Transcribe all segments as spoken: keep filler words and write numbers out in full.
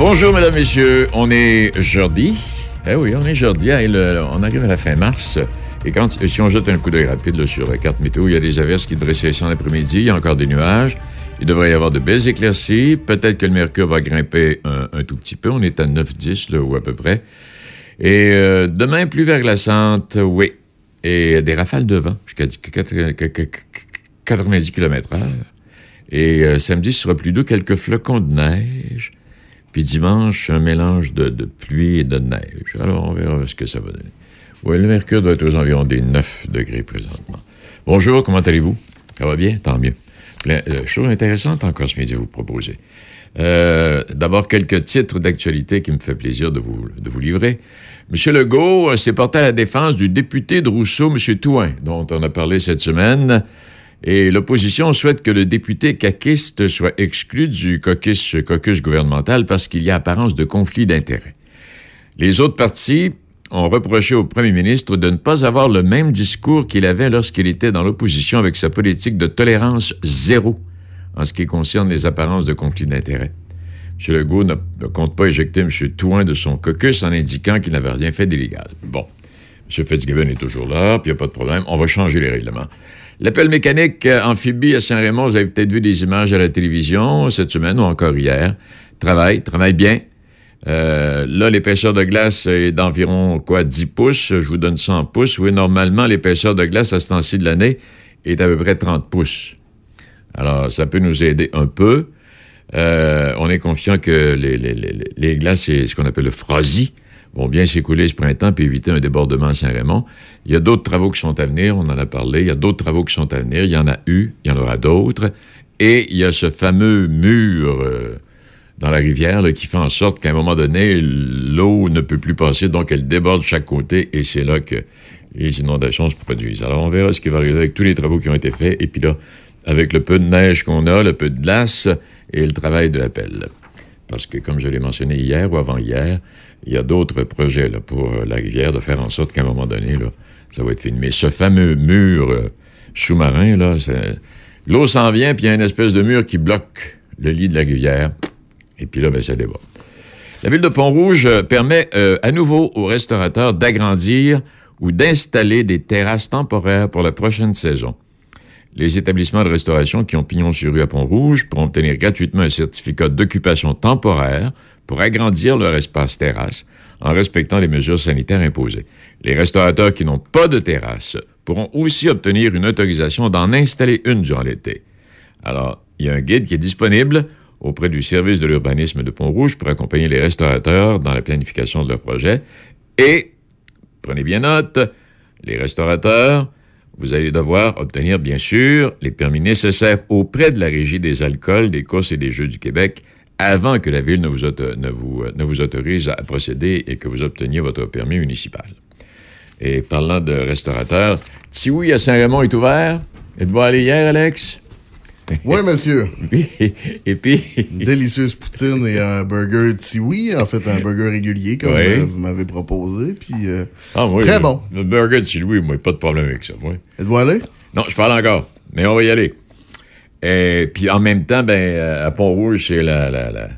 Bonjour, mesdames, messieurs. On est jeudi. Eh oui, on est jeudi. Hey, le, on arrive à la fin mars. Et quand, si on jette un coup d'œil rapide là, sur la carte météo, il y a des averses qui devraient cesser en après-midi. Il y a encore des nuages. Il devrait y avoir de belles éclaircies. Peut-être que le mercure va grimper un, un tout petit peu. On est à neuf dix, là, ou à peu près. Et euh, demain, pluie verglaçante, oui. Et des rafales de vent jusqu'à quatre-vingt-dix kilomètres heure. Et euh, samedi, ce sera plus doux, quelques flocons de neige. Puis dimanche, un mélange de, de pluie et de neige. Alors, on verra ce que ça va donner. Oui, le mercure doit être aux environs des neuf degrés présentement. Bonjour, comment allez-vous? Ça va bien? Tant mieux. Plein de choses intéressantes encore ce midi à vous proposer. Euh, d'abord, quelques titres d'actualité qui me fait plaisir de vous, de vous livrer. M. Legault s'est porté à la défense du député de Rousseau, M. Touin, dont on a parlé cette semaine. Et l'opposition souhaite que le député caquiste soit exclu du caucus, caucus gouvernemental parce qu'il y a apparence de conflit d'intérêts. Les autres partis ont reproché au premier ministre de ne pas avoir le même discours qu'il avait lorsqu'il était dans l'opposition avec sa politique de tolérance zéro en ce qui concerne les apparences de conflit d'intérêts. M. Legault ne, ne compte pas éjecter M. Touin de son caucus en indiquant qu'il n'avait rien fait d'illégal. Bon, M. Fitzgibbon est toujours là, puis il n'y a pas de problème, on va changer les règlements. L'appel mécanique amphibie à Saint-Raymond, vous avez peut-être vu des images à la télévision cette semaine ou encore hier. Travaille, travaille bien. Euh, là, l'épaisseur de glace est d'environ, quoi, dix pouces. Je vous donne ça en pouces. Oui, normalement, l'épaisseur de glace à ce temps-ci de l'année est à peu près trente pouces. Alors, ça peut nous aider un peu. Euh, on est confiant que les, les, les, les glaces, c'est ce qu'on appelle le froisi, vont bien s'écouler ce printemps puis éviter un débordement à Saint-Raymond. Il y a d'autres travaux qui sont à venir, on en a parlé. Il y a d'autres travaux qui sont à venir. Il y en a eu, il y en aura d'autres. Et il y a ce fameux mur euh, dans la rivière là, qui fait en sorte qu'à un moment donné, l'eau ne peut plus passer, donc elle déborde de chaque côté et c'est là que les inondations se produisent. Alors, on verra ce qui va arriver avec tous les travaux qui ont été faits. Et puis là, avec le peu de neige qu'on a, le peu de glace et le travail de l'appel. Parce que, comme je l'ai mentionné hier ou avant-hier, il y a d'autres projets là, pour la rivière, de faire en sorte qu'à un moment donné, là, ça va être fini. Mais ce fameux mur euh, sous-marin, là, c'est... l'eau s'en vient, puis il y a une espèce de mur qui bloque le lit de la rivière. Et puis là, ben, ça déborde. La ville de Pont-Rouge euh, permet euh, à nouveau aux restaurateurs d'agrandir ou d'installer des terrasses temporaires pour la prochaine saison. Les établissements de restauration qui ont pignon sur rue à Pont-Rouge pourront obtenir gratuitement un certificat d'occupation temporaire pour agrandir leur espace terrasse en respectant les mesures sanitaires imposées. Les restaurateurs qui n'ont pas de terrasse pourront aussi obtenir une autorisation d'en installer une durant l'été. Alors, il y a un guide qui est disponible auprès du service de l'urbanisme de Pont-Rouge pour accompagner les restaurateurs dans la planification de leur projet. Et, prenez bien note, les restaurateurs, vous allez devoir obtenir, bien sûr, les permis nécessaires auprès de la Régie des alcools, des courses et des jeux du Québec avant que la Ville ne vous, auto- ne vous, ne vous autorise à procéder et que vous obteniez votre permis municipal. Et parlant de restaurateurs, Tiwi à Saint-Raymond est ouvert. Êtes-vous allé hier, Alex? Oui, monsieur. Et, et puis... Une délicieuse poutine et un burger Tiwi, en fait, un burger régulier, comme oui. euh, vous m'avez proposé. Puis, euh, ah, oui, très le, bon. Le burger de Tiwi, moi, pas de problème avec ça. Moi. Êtes-vous allé? Non, je parle encore, mais on va y aller. Et puis, en même temps, ben, à Pont-Rouge, c'est la, la, la,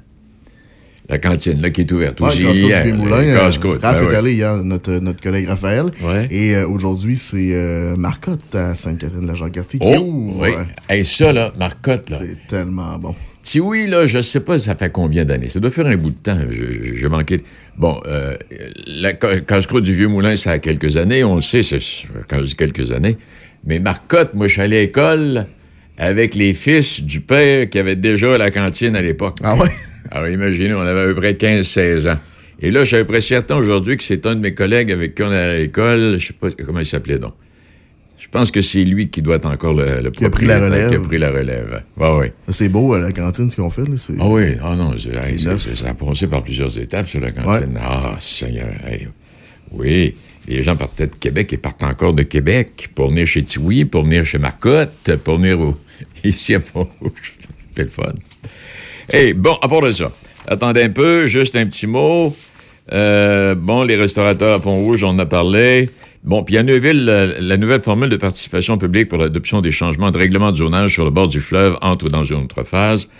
la cantine là, qui est ouverte ouais, aussi. Le casse-croûte du Vieux-Moulin. Euh, Raph ben, est ouais. allé hier, notre, notre collègue Raphaël. Ouais. Et euh, aujourd'hui, c'est euh, Marcotte à Sainte-Catherine-de-la-Jacques-Cartier qui Oh, ouvre. oui. Hey, ça, là, Marcotte, là. C'est tellement bon. Tiwi, là, je sais pas, ça fait combien d'années. Ça doit faire un bout de temps. Je, je manquais... De... Bon, euh, la casse-croûte du Vieux-Moulin, ça a quelques années. On le sait, c'est quand je dis quelques années. Mais Marcotte, moi, je suis allé à l'école avec les fils du père qui avait déjà la cantine à l'époque. Ah ouais? Alors, imaginez, on avait à peu près quinze seize ans. Et là, je suis à peu près certain aujourd'hui que c'est un de mes collègues avec qui on est à l'école. Je sais pas comment il s'appelait, donc. Je pense que c'est lui qui doit être encore le, le qui a pris la relève. Qui a pris la relève. Ah, oui. C'est beau, la cantine, ce qu'on fait. Là, c'est... Ah oui, ah non, c'est, hey, c'est, c'est, ça a passé par plusieurs étapes sur la cantine. Ouais. Ah, Seigneur, hey. Oui, les gens partaient de Québec et partent encore de Québec pour venir chez Tiwi, pour venir chez Marcotte, pour venir au... ici à Pont-Rouge. C'est le fun. Hey, bon, à part de ça, attendez un peu, juste un petit mot. Euh, bon, les restaurateurs à Pont-Rouge, on en a parlé. Bon, puis à Neuville, la, la nouvelle formule de participation publique pour l'adoption des changements de règlement de zonage sur le bord du fleuve entre dans une autre phase.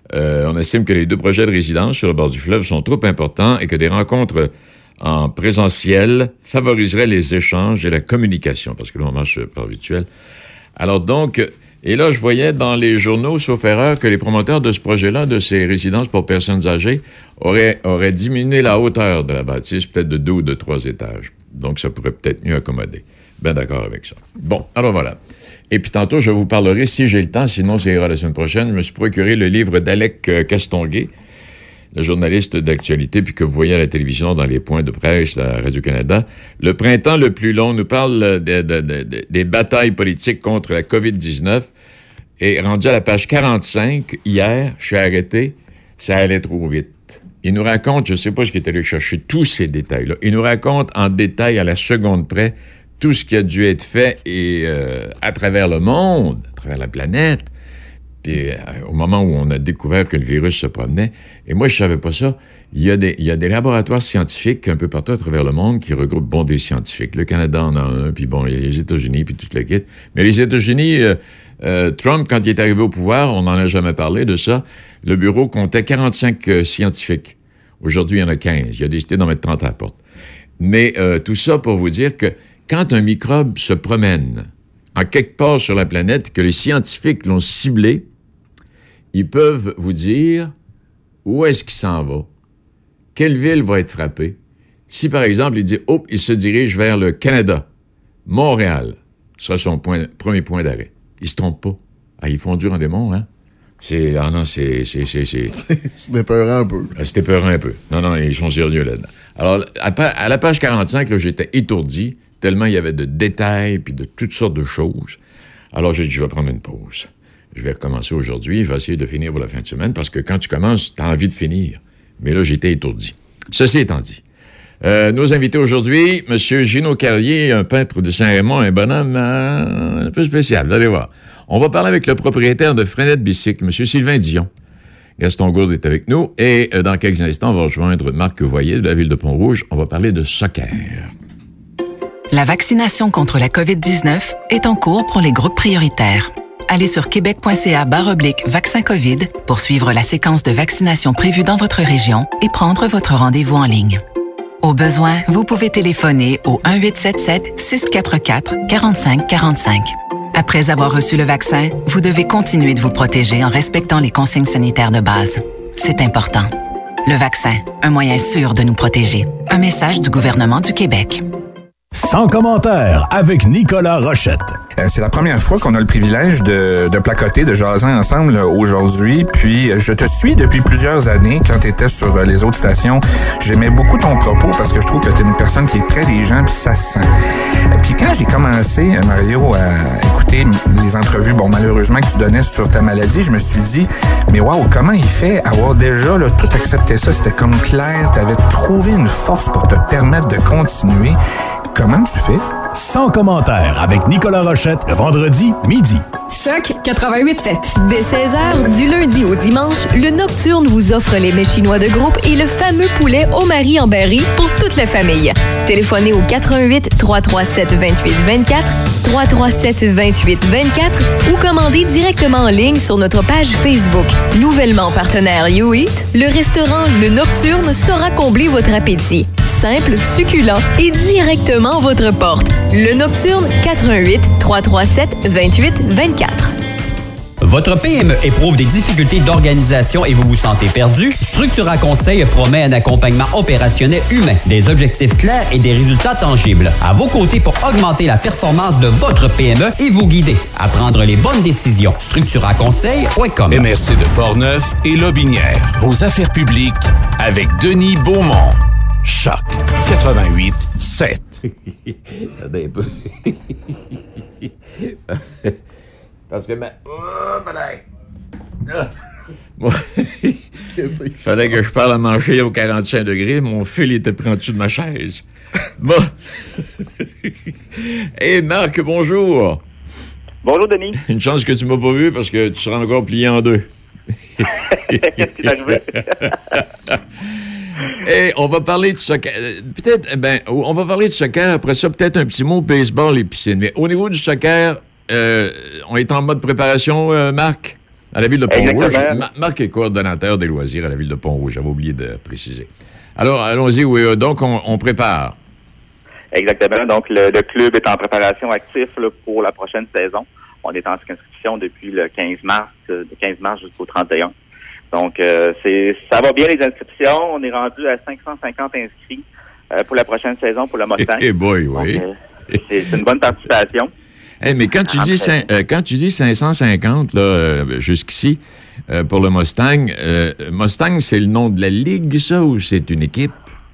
Euh, on estime que les deux projets de résidence sur le bord du fleuve sont trop importants et que des rencontres en présentiel favoriseraient les échanges et la communication, parce que là, on marche par virtuel. Alors donc, et là, je voyais dans les journaux, sauf erreur, que les promoteurs de ce projet-là, de ces résidences pour personnes âgées, auraient, auraient diminué la hauteur de la bâtisse, peut-être de deux ou de trois étages. Donc, ça pourrait peut-être mieux accommoder. Bien d'accord avec ça. Bon, alors voilà. Et puis tantôt, je vous parlerai, si j'ai le temps, sinon ça ira la semaine prochaine, je me suis procuré le livre d'Alec Castonguay, le journaliste d'actualité, puis que vous voyez à la télévision dans les points de presse, la Radio-Canada. Le printemps le plus long nous parle de, de, de, de, des batailles politiques contre la covid dix-neuf. Et rendu à la page quarante-cinq, hier, je suis arrêté, ça allait trop vite. Il nous raconte, je ne sais pas ce qu'il est allé chercher, tous ces détails-là. Il nous raconte en détail, à la seconde près, tout ce qui a dû être fait et euh, à travers le monde, à travers la planète. Puis, euh, au moment où on a découvert que le virus se promenait, et moi, je ne savais pas ça, il y a des, il y a des laboratoires scientifiques un peu partout à travers le monde qui regroupent, bon, des scientifiques. Le Canada en a un, puis bon, il y a les États-Unis, puis toute la quête. Mais les États-Unis, euh, euh, Trump, quand il est arrivé au pouvoir, on n'en a jamais parlé de ça, le bureau comptait quarante-cinq euh, scientifiques. Aujourd'hui, il y en a quinze. Il a décidé d'en mettre trente à la porte. Mais euh, tout ça pour vous dire que quand un microbe se promène en quelque part sur la planète, que les scientifiques l'ont ciblé, ils peuvent vous dire où est-ce qu'il s'en va, quelle ville va être frappée. Si, par exemple, il dit « Oh, il se dirige vers le Canada, Montréal sera son point, premier point d'arrêt. » Il ne se trompe pas. Ah, ils font dur en démon, hein? C'est... Ah non, c'est... C'est, c'est, c'est... c'est épeurant un peu. C'est épeurant un peu. Non, non, ils sont sérieux là-dedans. Alors, à, à la page quarante-cinq, là, j'étais étourdi, tellement il y avait de détails puis de toutes sortes de choses. Alors, j'ai dit, je vais prendre une pause. Je vais recommencer aujourd'hui. Je vais essayer de finir pour la fin de semaine parce que quand tu commences, tu as envie de finir. Mais là, j'étais étourdi. Ceci étant dit, euh, nos invités aujourd'hui, M. Gino Carrier, un peintre de Saint-Raymond, un bonhomme euh, un peu spécial. Vous allez voir. On va parler avec le propriétaire de Frenette Bicycle, M. Sylvain Dion. Gaston Gourde est avec nous. Et euh, dans quelques instants, on va rejoindre Marc Voyer de la ville de Pont-Rouge. On va parler de soccer. La vaccination contre la covid dix-neuf est en cours pour les groupes prioritaires. Allez sur québec.ca barre oblique vaccin COVID pour suivre la séquence de vaccination prévue dans votre région et prendre votre rendez-vous en ligne. Au besoin, vous pouvez téléphoner au un huit sept sept six quatre quatre quatre cinq quatre cinq. Après avoir reçu le vaccin, vous devez continuer de vous protéger en respectant les consignes sanitaires de base. C'est important. Le vaccin, un moyen sûr de nous protéger. Un message du gouvernement du Québec. Sans commentaire avec Nicolas Rochette. Euh, c'est la première fois qu'on a le privilège de, de placoter, de jaser ensemble euh, aujourd'hui. Puis, euh, je te suis depuis plusieurs années quand tu étais sur euh, les autres stations. J'aimais beaucoup ton propos parce que je trouve que tu es une personne qui est près des gens puis ça se sent. Euh, puis quand j'ai commencé, euh, Mario, à écouter les entrevues, bon, malheureusement, que tu donnais sur ta maladie, je me suis dit, mais waouh, comment il fait avoir déjà là, tout accepté ça? C'était comme clair, tu avais trouvé une force pour te permettre de continuer. Comment tu fais? Sans commentaire avec Nicolas Rochette, le vendredi midi. Choc quatre-vingt-huit sept. Dès seize heures, du lundi au dimanche, le Nocturne vous offre les mets chinois de groupe et le fameux poulet au mari en berry pour toute la famille. Téléphonez au quatre un huit trois trois sept deux huit deux quatre, trois trois sept deux huit deux quatre ou commandez directement en ligne sur notre page Facebook. Nouvellement partenaire YouEat, le restaurant Le Nocturne saura combler votre appétit. Simple, succulent et directement à votre porte. Le Nocturne, quatre un huit trois trois sept deux huit deux quatre. Votre P M E éprouve des difficultés d'organisation et vous vous sentez perdu? Structura Conseil promet un accompagnement opérationnel humain, des objectifs clairs et des résultats tangibles. À vos côtés pour augmenter la performance de votre P M E et vous guider à prendre les bonnes décisions. structura conseil point com. M R C de Portneuf et Lobinière. Vos affaires publiques avec Denis Beaumont. Choc quatre-vingt-huit sept. Attendez un peu. Parce que ma... Oh, ah. Moi, il fallait que je parle à manger au quarante-cinq degrés. Mon fil était pris en dessous de ma chaise. Bon. Hé, hey, Marc, bonjour. Bonjour, Denis. Une chance que tu m'as pas vu parce que tu seras encore plié en deux. Qu'est-ce qui est arrivé? Et on va parler de soccer. Peut-être, ben, on va parler de soccer. Après ça, peut-être un petit mot baseball et piscine. Mais au niveau du soccer, euh, on est en mode préparation, euh, Marc? À la ville de Pont-Rouge. Exactement. Ma- Marc est coordonnateur des loisirs à la ville de Pont-Rouge. J'avais oublié de préciser. Alors, allons-y. Oui, euh, donc, on, on prépare. Exactement. Donc, le, le club est en préparation active là, pour la prochaine saison. On est en inscription depuis le quinze mars, euh, du quinze mars jusqu'au trente et un. Donc, euh, c'est ça va bien les inscriptions. On est rendu à cinq cent cinquante inscrits euh, pour la prochaine saison pour le Mustang. Eh boy, oui. Donc, euh, c'est, c'est une bonne participation. Hey, mais quand tu, dis cinq, euh, quand tu dis cinq cent cinquante, là, euh, jusqu'ici, euh, pour le Mustang, euh, Mustang, c'est le nom de la ligue, ça, ou c'est une équipe?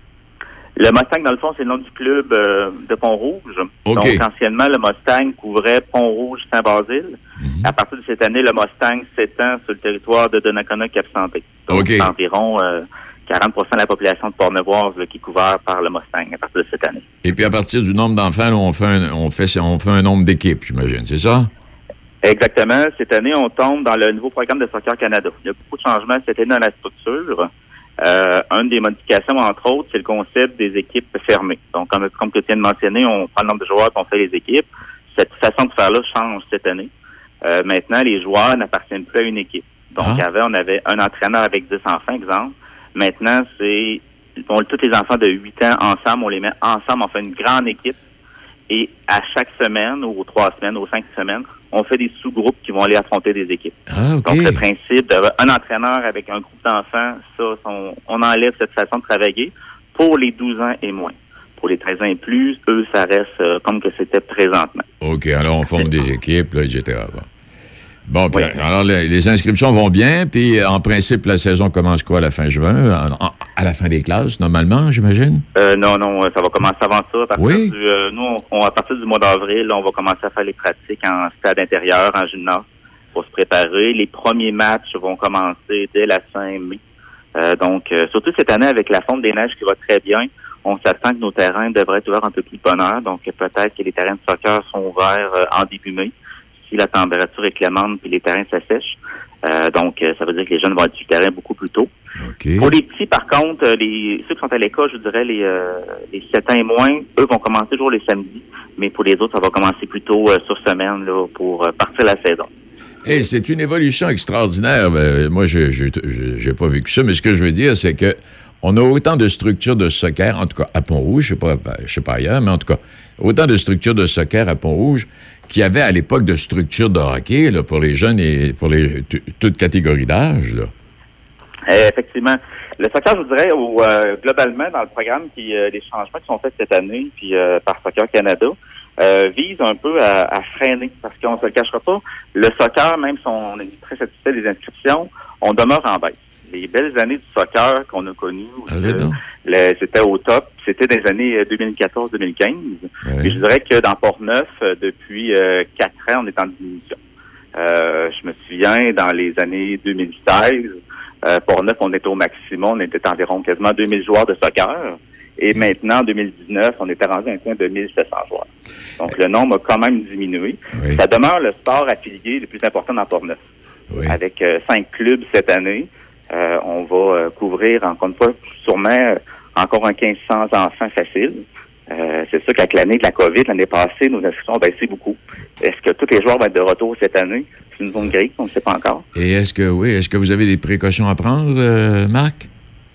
Le Mustang, dans le fond, c'est le nom du club euh, de Pont-Rouge. Okay. Donc, anciennement, le Mustang couvrait Pont-Rouge-Saint-Basile. Mm-hmm. À partir de cette année, le Mustang s'étend sur le territoire de Donnacona-Cap-Santé. Donc, Okay. c'est environ euh, quarante pour cent de la population de Port-Neuvoise là, qui est couverte par le Mustang à partir de cette année. Et puis, à partir du nombre d'enfants, là, on, fait un, on, fait, on fait un nombre d'équipes, j'imagine, c'est ça? Exactement. Cette année, on tombe dans le nouveau programme de Soccer Canada. Il y a beaucoup de changements cette année dans la structure. Euh, une des modifications, entre autres, c'est le concept des équipes fermées. Donc, comme, comme tu viens de mentionner, on prend le nombre de joueurs qu'on fait les équipes. Cette façon de faire-là change cette année. Euh, maintenant, les joueurs n'appartiennent plus à une équipe. Donc, Ah. avant, on avait un entraîneur avec dix enfants, exemple. Maintenant, c'est on, tous les enfants de huit ans ensemble, on les met ensemble, on fait une grande équipe. Et à chaque semaine, ou aux trois semaines, aux cinq semaines, on fait des sous-groupes qui vont aller affronter des équipes. Ah, OK. Donc, le principe d'un entraîneur avec un groupe d'enfants, ça, on, on enlève cette façon de travailler pour les douze ans et moins. Pour les treize ans et plus, eux, ça reste euh, comme que c'était présentement. OK, alors on forme des équipes, là, et cetera. Bon, bon puis, Oui. alors les, les inscriptions vont bien, puis en principe, la saison commence quoi, à la fin juin? En- en- à la fin des classes, normalement, j'imagine? Euh, non, non, ça va commencer avant ça. À partir Oui. du, euh, nous, on, on- à partir du mois d'avril, là, on va commencer à faire les pratiques en stade intérieur, en gymnase, pour se préparer. Les premiers matchs vont commencer dès la fin mai. Euh, donc, euh, surtout cette année, avec la fonte des neiges qui va très bien, on s'attend que nos terrains devraient être ouverts un peu plus de bonne heure. Donc, peut-être que les terrains de soccer sont ouverts euh, en début mai, si la température est clémente puis les terrains s'assèchent. Euh, donc, euh, ça veut dire que les jeunes vont être sur le terrain beaucoup plus tôt. OK. Pour les petits, par contre, euh, les ceux qui sont à l'école, je dirais les euh, les sept ans et moins, eux vont commencer toujours les samedis. Mais pour les autres, ça va commencer plus tôt euh, sur semaine là, pour euh, partir la saison. Hey, c'est une évolution extraordinaire. Ben, moi, je n'ai pas vécu ça, mais ce que je veux dire, c'est que on a autant de structures de soccer, en tout cas à Pont-Rouge, je ne sais pas, je sais pas ailleurs, mais en tout cas, autant de structures de soccer à Pont-Rouge qu'il y avait à l'époque de structures de hockey là, pour les jeunes et pour les t- toutes catégories d'âge. Là. Euh, effectivement. Le soccer, je vous dirais, au, euh, globalement, dans le programme, qui, euh, les changements qui sont faits cette année, puis euh, par Soccer Canada, euh, vise un peu à, à freiner, parce qu'on se le cachera pas, le soccer, même si on est très satisfait des inscriptions, on demeure en baisse. Les belles années du soccer qu'on a connues, Allez euh, donc. le- c'était au top, c'était des années euh, deux mille quatorze deux mille quinze. Ouais. Et je dirais que dans Port-Neuf, euh, depuis euh, quatre ans, on est en diminution. Euh, je me souviens, dans les années deux mille seize, euh, Port-Neuf, on était au maximum, on était environ quasiment deux mille joueurs de soccer. Et maintenant, en deux mille dix-neuf, on était rendu à un coin de mille sept cents joueurs. Donc, le nombre a quand même diminué. Oui. Ça demeure le sport affilié le plus important dans Port-Neuf. Oui. Avec euh, cinq clubs cette année, euh, on va euh, couvrir, encore une fois, sûrement euh, encore un quinze cents enfants faciles. Euh, c'est sûr qu'avec l'année de la COVID, l'année passée, nos inscriptions ont baissé beaucoup. Est-ce que tous les joueurs vont être de retour cette année? C'est une zone grise, on ne sait pas encore. Et est-ce que, oui, est-ce que vous avez des précautions à prendre, euh, Marc?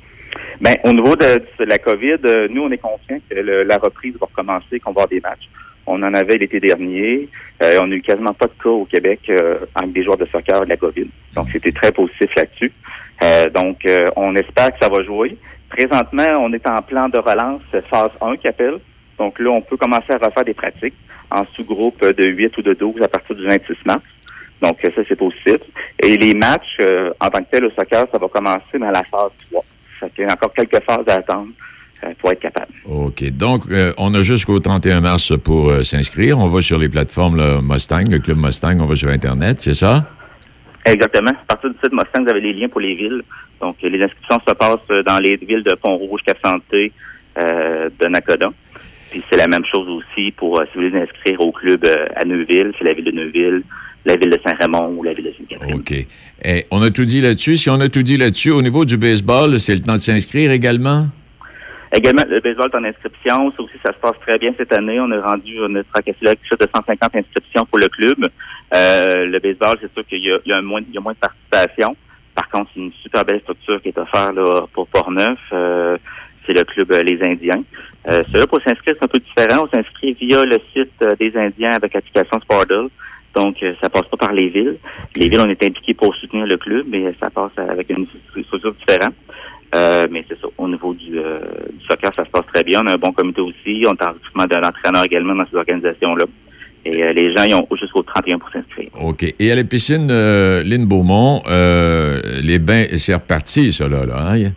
Ben, au niveau de, de la COVID, euh, nous, on est confiants que le- la reprise va recommencer, qu'on va avoir des matchs. On en avait l'été dernier. Euh, on n'a eu quasiment pas de cas au Québec euh, avec des joueurs de soccer de la COVID. Donc, c'était très positif là-dessus. Euh, donc, euh, on espère que ça va jouer. Présentement, on est en plan de relance phase un qui appelle. Donc là, on peut commencer à refaire des pratiques en sous-groupe de huit ou de douze à partir du vingt-six mars. Donc, ça, c'est possible. Et les matchs, euh, en tant que tel, au soccer, ça va commencer dans la phase trois. Ça fait encore quelques phases à attendre euh, pour être capable. OK. Donc, euh, on a jusqu'au trente et un mars pour euh, s'inscrire. On va sur les plateformes là, Mustang, le club Mustang, on va sur Internet, c'est ça? Exactement. À partir du site Mustang, vous avez les liens pour les villes. Donc, les inscriptions se passent dans les villes de Pont-Rouge, Cap-Santé, euh, de Nakoda. Puis c'est la même chose aussi pour, euh, si vous voulez vous inscrire au club euh, à Neuville, c'est la ville de Neuville, la ville de Saint-Raymond ou la ville de Sainte-Catherine. OK. Eh, on a tout dit là-dessus. Si on a tout dit là-dessus, au niveau du baseball, c'est le temps de s'inscrire également? Également, le baseball est en inscription. Ça aussi, ça se passe très bien cette année. On a rendu, on a fracassé là quelque chose de cent cinquante inscriptions pour le club. Euh, le baseball, c'est sûr qu'il y a, il y a, moins, il y a moins de participation. Par contre, c'est une super belle structure qui est offerte là, pour Portneuf. Euh, c'est le club euh, Les Indiens. Euh, Celui-là, pour s'inscrire, c'est un peu différent. On s'inscrit via le site euh, des Indiens avec l'application Sportle. Donc, euh, ça passe pas par les villes. Okay. Les villes, on est impliqués pour soutenir le club, mais ça passe avec une structure différente. Euh, mais c'est ça. Au niveau du, euh, du soccer, ça se passe très bien. On a un bon comité aussi. On est en recrutement de l'entraîneur également dans ces organisations-là. Et euh, les gens, ils ont jusqu'au trente et un pour s'inscrire. OK. Et à la piscine euh, Lynn Beaumont, euh, les bains, c'est reparti, ça, là, là, hein?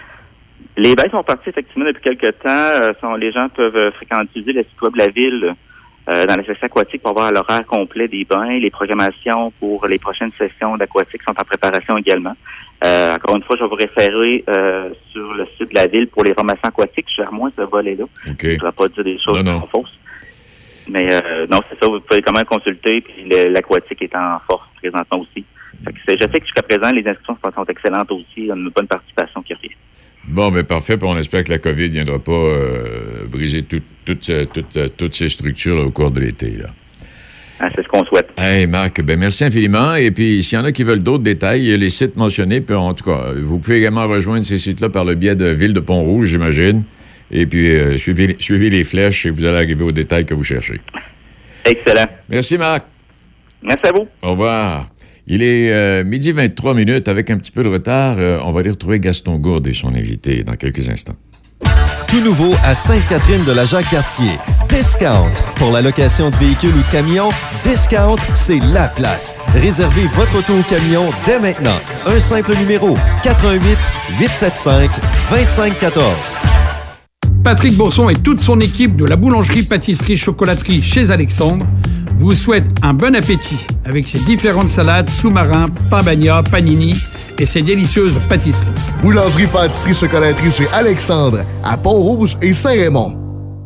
Les bains sont repartis, effectivement, depuis quelques temps. Euh, sont, les gens peuvent fréquemment utiliser le site web de la ville euh, dans la section aquatique pour voir l'horaire complet des bains. Les programmations pour les prochaines sessions d'aquatique sont en préparation également. Euh, encore une fois, je vais vous référer euh, sur le site de la ville pour les formations aquatiques. Je gère moins ce volet-là. Okay. Je ne vais pas dire des choses non, qui non. sont fausses. Mais euh, non, c'est ça, vous pouvez quand même consulter, puis le, l'aquatique est en force présentement aussi. Fait que c'est, je sais que jusqu'à présent, les inscriptions sont excellentes aussi, il y a une bonne participation qui revient. Bon, mais parfait, puis on espère que la COVID ne viendra pas euh, briser tout, tout, tout, tout, toutes ces structures là, au cours de l'été. Là. Ah, c'est ce qu'on souhaite. Hey Marc, ben merci infiniment. Et puis, s'il y en a qui veulent d'autres détails, il y a les sites mentionnés, puis en tout cas, vous pouvez également rejoindre ces sites-là par le biais de Ville de Pont-Rouge, j'imagine. Et puis, euh, suivez, suivez les flèches et vous allez arriver aux détails que vous cherchez. Excellent. Merci, Marc. Merci à vous. Au revoir. Il est euh, midi vingt-trois minutes. Avec un petit peu de retard, euh, on va aller retrouver Gaston Gourde et son invité dans quelques instants. Tout nouveau à Sainte-Catherine de la Jacques-Cartier. Discount. Pour la location de véhicules ou de camions, Discount, c'est la place. Réservez votre auto ou camion dès maintenant. Un simple numéro, quatre un huit, huit sept cinq, deux cinq un quatre. Patrick Bourson et toute son équipe de la boulangerie-pâtisserie-chocolaterie chez Alexandre vous souhaitent un bon appétit avec ses différentes salades, sous-marins, pain bagna, panini et ses délicieuses pâtisseries. Boulangerie-pâtisserie-chocolaterie chez Alexandre, à Pont-Rouge et Saint-Raymond.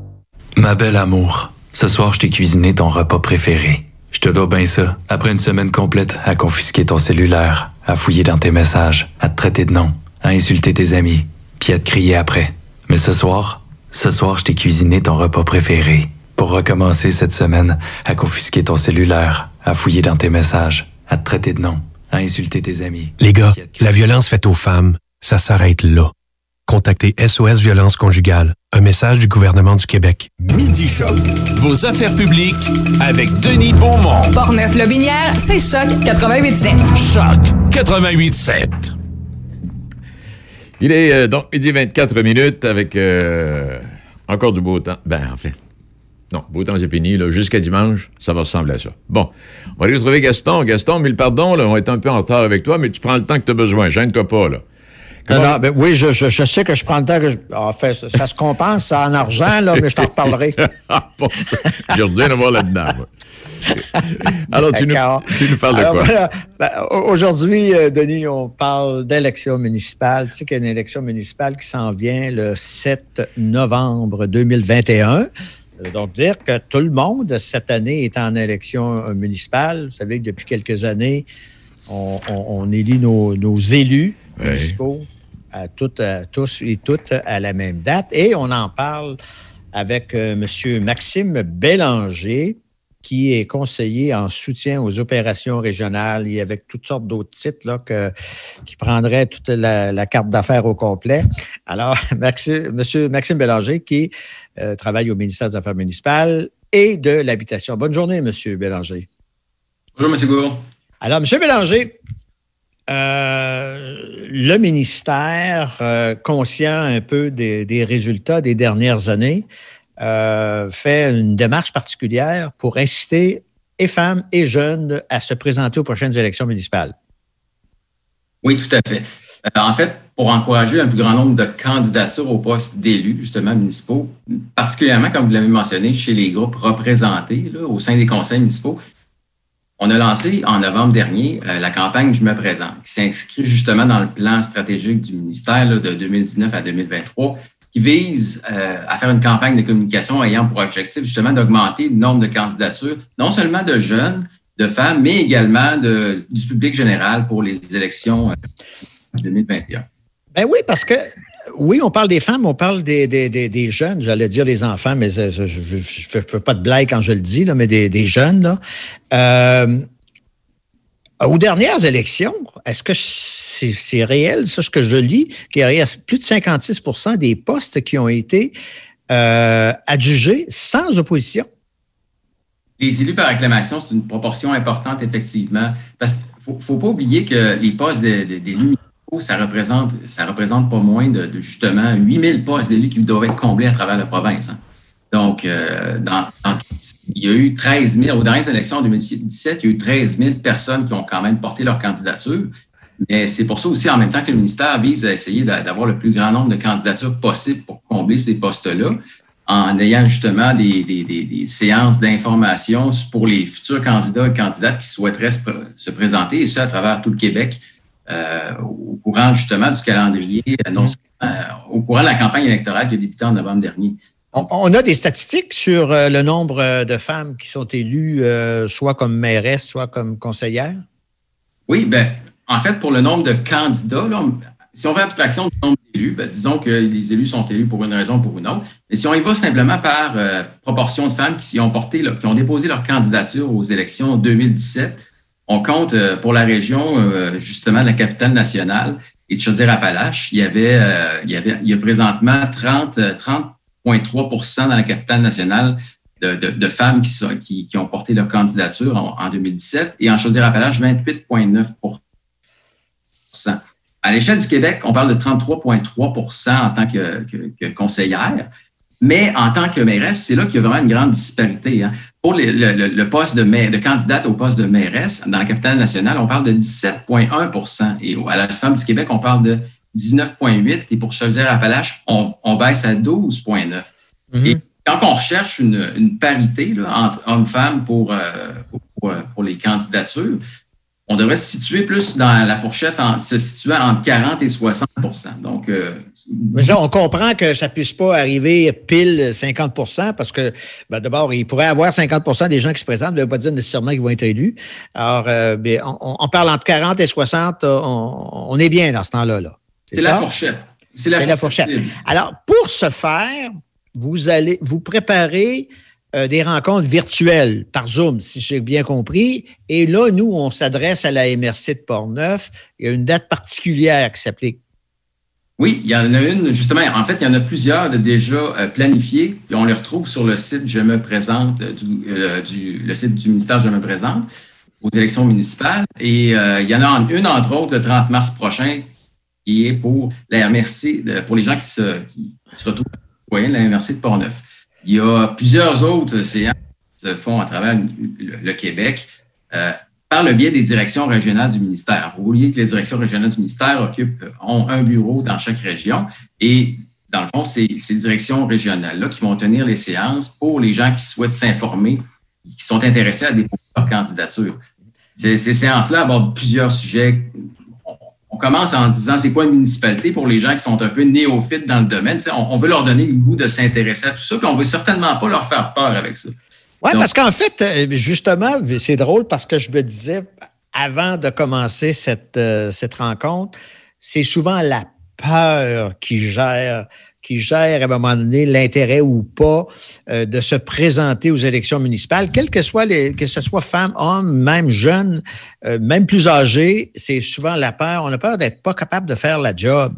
Ma belle amour, ce soir, je t'ai cuisiné ton repas préféré. Je te dois bien ça. Après une semaine complète à confisquer ton cellulaire, à fouiller dans tes messages, à te traiter de nom, à insulter tes amis, puis à te crier après. Mais ce soir... Ce soir, je t'ai cuisiné ton repas préféré. Pour recommencer cette semaine à confisquer ton cellulaire, à fouiller dans tes messages, à te traiter de nom, à insulter tes amis. Les gars, la violence faite aux femmes, ça s'arrête là. Contactez S O S Violence Conjugale. Un message du gouvernement du Québec. Midi Choc. Vos affaires publiques avec Denis Beaumont. Portneuf-Lobinière, c'est Choc quatre-vingt-huit sept. Choc quatre-vingt-huit sept. Il est euh, donc midi vingt-quatre minutes avec euh, encore du beau temps. Ben, enfin, non, beau temps, c'est fini. Là, jusqu'à dimanche, ça va ressembler à ça. Bon, on va aller retrouver Gaston. Gaston, mille pardons, là, on est un peu en retard avec toi, mais tu prends le temps que tu as besoin. Gêne-toi pas, là. Non, non, ben, oui, je, je, je sais que je prends le temps que je... En fait, ça, ça se compense, ça en argent, là, mais je t'en reparlerai. Bon, j'ai rien à voir là-dedans, moi. Alors, tu nous, tu nous parles de Alors, quoi? Voilà, ben, aujourd'hui, euh, Denis, on parle d'élection municipale. Tu sais qu'il y a une élection municipale qui s'en vient le sept novembre deux mille vingt et un. Euh, donc, dire que tout le monde, cette année, est en élection euh, municipale. Vous savez que depuis quelques années, on, on, on élit nos, nos élus oui. municipaux à, toutes, à tous et toutes à la même date. Et on en parle avec euh, M. Maxime Bélanger, qui est conseiller en soutien aux opérations régionales et avec toutes sortes d'autres titres là, que, qui prendraient toute la, la carte d'affaires au complet. Alors, Maxime, M. Maxime Bélanger, qui euh, travaille au ministère des Affaires municipales et de l'Habitation. Bonne journée, M. Bélanger. Bonjour, M. Gourde. Alors, M. Bélanger, euh, le ministère, euh, conscient un peu des, des résultats des dernières années, Euh, fait une démarche particulière pour inciter et femmes et jeunes à se présenter aux prochaines élections municipales. Oui, tout à fait. Euh, en fait, pour encourager un plus grand nombre de candidatures au poste d'élus, justement, municipaux, particulièrement, comme vous l'avez mentionné, chez les groupes représentés là, au sein des conseils municipaux, on a lancé en novembre dernier euh, la campagne « Je me présente » qui s'inscrit justement dans le plan stratégique du ministère là, de deux mille dix-neuf à deux mille vingt-trois, qui vise euh, à faire une campagne de communication ayant pour objectif justement d'augmenter le nombre de candidatures, non seulement de jeunes, de femmes, mais également de, du public général pour les élections euh, deux mille vingt et un. Ben oui, parce que, oui, on parle des femmes, on parle des, des, des, des jeunes, j'allais dire des enfants, mais je ne fais pas de blague quand je le dis, là, mais des, des jeunes. Là. Euh, Aux dernières élections, est-ce que c'est, c'est réel, ça, ce que je lis, qu'il y a plus de cinquante-six pour cent des postes qui ont été euh, adjugés sans opposition? Les élus par acclamation, c'est une proportion importante, effectivement. Parce qu'il ne faut, faut pas oublier que les postes de, de, d'élus municipaux, ça représente, ça représente pas moins de, de justement huit mille postes d'élus qui doivent être comblés à travers la province. Hein. Donc, euh, dans, dans, il y a eu treize mille, aux dernières élections en deux mille dix-sept, il y a eu treize mille personnes qui ont quand même porté leur candidature. Mais c'est pour ça aussi, en même temps que le ministère vise à essayer d'avoir le plus grand nombre de candidatures possibles pour combler ces postes-là, en ayant justement des, des, des, des séances d'information pour les futurs candidats et candidates qui souhaiteraient se, se présenter, et ça à travers tout le Québec, euh, au courant justement du calendrier, non, euh, au courant de la campagne électorale qui a débuté en novembre dernier. On, on a des statistiques sur euh, le nombre de femmes qui sont élues, euh, soit comme mairesse, soit comme conseillère? Oui, bien, en fait, pour le nombre de candidats, là, si on fait abstraction du nombre d'élus, ben, disons que les élus sont élus pour une raison ou pour une autre. Mais si on y va simplement par euh, proportion de femmes qui ont porté, là, qui ont déposé leur candidature aux élections deux mille dix-sept, on compte euh, pour la région, euh, justement, de la capitale nationale et de Chaudière-Appalaches, il y avait, euh, il y avait, il y a présentement trente virgule trois pour cent dans la capitale nationale de, de, de femmes qui, sont, qui, qui ont porté leur candidature en, en deux mille dix-sept et en Chaudière-Appalaches, vingt-huit virgule neuf pour cent. À l'échelle du Québec, on parle de trente-trois virgule trois pour cent en tant que, que, que conseillère, mais en tant que mairesse, c'est là qu'il y a vraiment une grande disparité. Hein. Pour les, le, le poste de, maire, de candidate au poste de mairesse dans la capitale nationale, on parle de dix-sept virgule un pour cent et à l'Assemblée du Québec, on parle de dix-neuf virgule huit pour cent et pour Chaudière-Appalaches, on, on baisse à douze virgule neuf pour cent. Mm-hmm. Et quand on recherche une, une parité là, entre hommes-femmes pour, euh, pour, pour les candidatures, on devrait se situer plus dans la fourchette, en, se situant entre quarante et soixante pour cent. Donc, euh, mais ça, on comprend que ça ne puisse pas arriver pile cinquante pour cent parce que, ben, d'abord, il pourrait y avoir cinquante pour cent des gens qui se présentent, ça ne veut pas dire nécessairement qu'ils vont être élus. Alors, euh, ben, on, on parle entre quarante et soixante, on, on est bien dans ce temps-là. Là. C'est, c'est la fourchette. C'est la, c'est fourchette. la fourchette. Alors, pour ce faire, vous allez vous préparer Euh, des rencontres virtuelles par Zoom, si j'ai bien compris. Et là, nous, on s'adresse à la M R C de Portneuf. Il y a une date particulière qui s'applique. Oui, il y en a une, justement. En fait, il y en a plusieurs de déjà euh, planifiées. Et on les retrouve sur le site Je me présente, euh, du, euh, du, le site du ministère Je me présente aux élections municipales. Et euh, il y en a une, entre autres, le trente mars prochain, qui est pour la M R C, pour les gens qui se, qui se retrouvent à la M R C de Portneuf. Il y a plusieurs autres séances qui se font à travers le, le Québec euh, par le biais des directions régionales du ministère. Vous voyez que les directions régionales du ministère occupent, ont un bureau dans chaque région et dans le fond, c'est ces directions régionales-là qui vont tenir les séances pour les gens qui souhaitent s'informer, qui sont intéressés à déposer leur candidature. Ces, ces séances-là abordent plusieurs sujets. On commence en disant c'est quoi une municipalité pour les gens qui sont un peu néophytes dans le domaine. On, on veut leur donner le goût de s'intéresser à tout ça, puis on ne veut certainement pas leur faire peur avec ça. Oui, parce qu'en fait, justement, c'est drôle parce que je me disais, avant de commencer cette, euh, cette rencontre, c'est souvent la peur qui gère, qui gère à un moment donné l'intérêt ou pas euh, de se présenter aux élections municipales, quelles que soient les, que ce soit femmes, hommes, même jeunes, euh, même plus âgés, c'est souvent la peur. On a peur d'être pas capable de faire la job.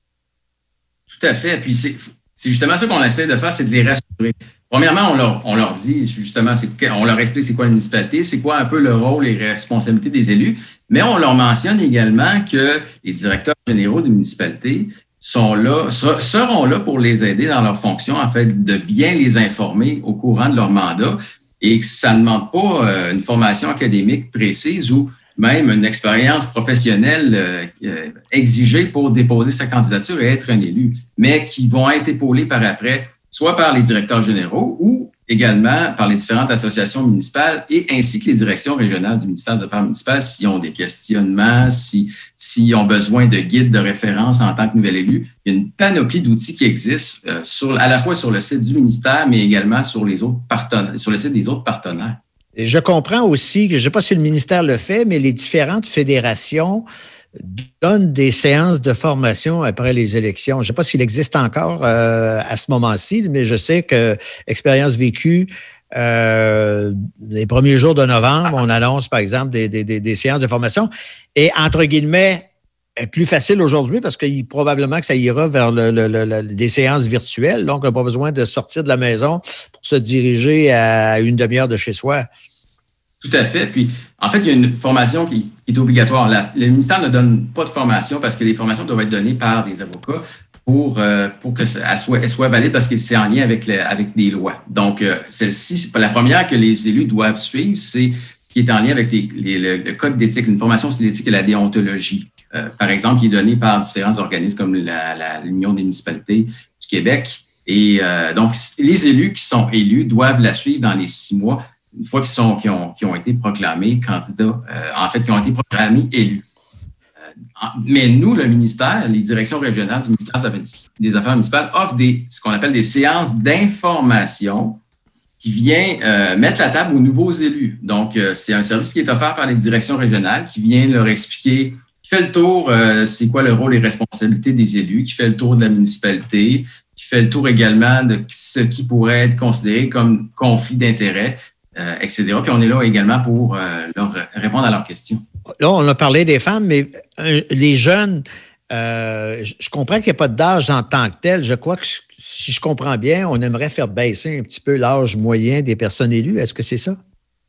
Tout à fait. Puis c'est, c'est justement ça qu'on essaie de faire, c'est de les rassurer. Premièrement, on leur, on leur dit justement, c'est, on leur explique c'est quoi la municipalité, c'est quoi un peu le rôle et les responsabilités des élus, mais on leur mentionne également que les directeurs généraux des municipalités sont là, seront là pour les aider dans leur fonction, en fait, de bien les informer au courant de leur mandat et que ça ne demande pas euh, une formation académique précise ou même une expérience professionnelle euh, exigée pour déposer sa candidature et être un élu, mais qui vont être épaulés par après, soit par les directeurs généraux ou également par les différentes associations municipales et ainsi que les directions régionales du ministère des Affaires municipales s'ils ont des questionnements, si, s'ils ont besoin de guides de référence en tant que nouvel élu. Il y a une panoplie d'outils qui existent euh, sur, à la fois sur le site du ministère, mais également sur, les autres partenaires, sur le site des autres partenaires. Et je comprends aussi que, je ne sais pas si le ministère le fait, mais les différentes fédérations donnent des séances de formation après les élections. Je ne sais pas s'il existe encore euh, à ce moment-ci, mais je sais que Expérience Vécue euh, les premiers jours de novembre, on annonce, par exemple, des, des, des, des séances de formation. Et, entre guillemets, plus facile aujourd'hui parce que probablement que ça ira vers le, le, le, le, des séances virtuelles. Donc, on n'a pas besoin de sortir de la maison pour se diriger à une demi-heure de chez soi. Tout à fait. Puis, en fait, il y a une formation qui, qui est obligatoire. La, le ministère ne donne pas de formation parce que les formations doivent être données par des avocats pour, euh, pour que ça, elle soit, elle soit valide parce que c'est en lien avec, les, avec des lois. Donc, euh, celle-ci, c'est pas la première que les élus doivent suivre, c'est qui est en lien avec les, les, le, le code d'éthique, une formation sur l'éthique et la déontologie. Euh, par exemple, qui est donnée par différents organismes comme la, la, l'Union des municipalités du Québec. Et euh, donc, les élus qui sont élus doivent la suivre dans les six mois. Une fois qu'ils sont, qu'ils ont, qu'ils ont été proclamés candidats, euh, en fait, qui ont été proclamés élus. Euh, mais nous, le ministère, les directions régionales du ministère des Affaires municipales offrent des, ce qu'on appelle des séances d'information qui vient euh, mettre la table aux nouveaux élus. Donc, euh, c'est un service qui est offert par les directions régionales qui vient leur expliquer, qui fait le tour, euh, c'est quoi le rôle et responsabilités des élus, qui fait le tour de la municipalité, qui fait le tour également de ce qui pourrait être considéré comme conflit d'intérêts. Euh, et cetera. Puis on est là également pour euh, leur répondre à leurs questions. Là, on a parlé des femmes, mais euh, les jeunes, euh, je comprends qu'il n'y a pas d'âge en tant que tel. Je crois que, si je comprends bien, on aimerait faire baisser un petit peu l'âge moyen des personnes élues. Est-ce que c'est ça?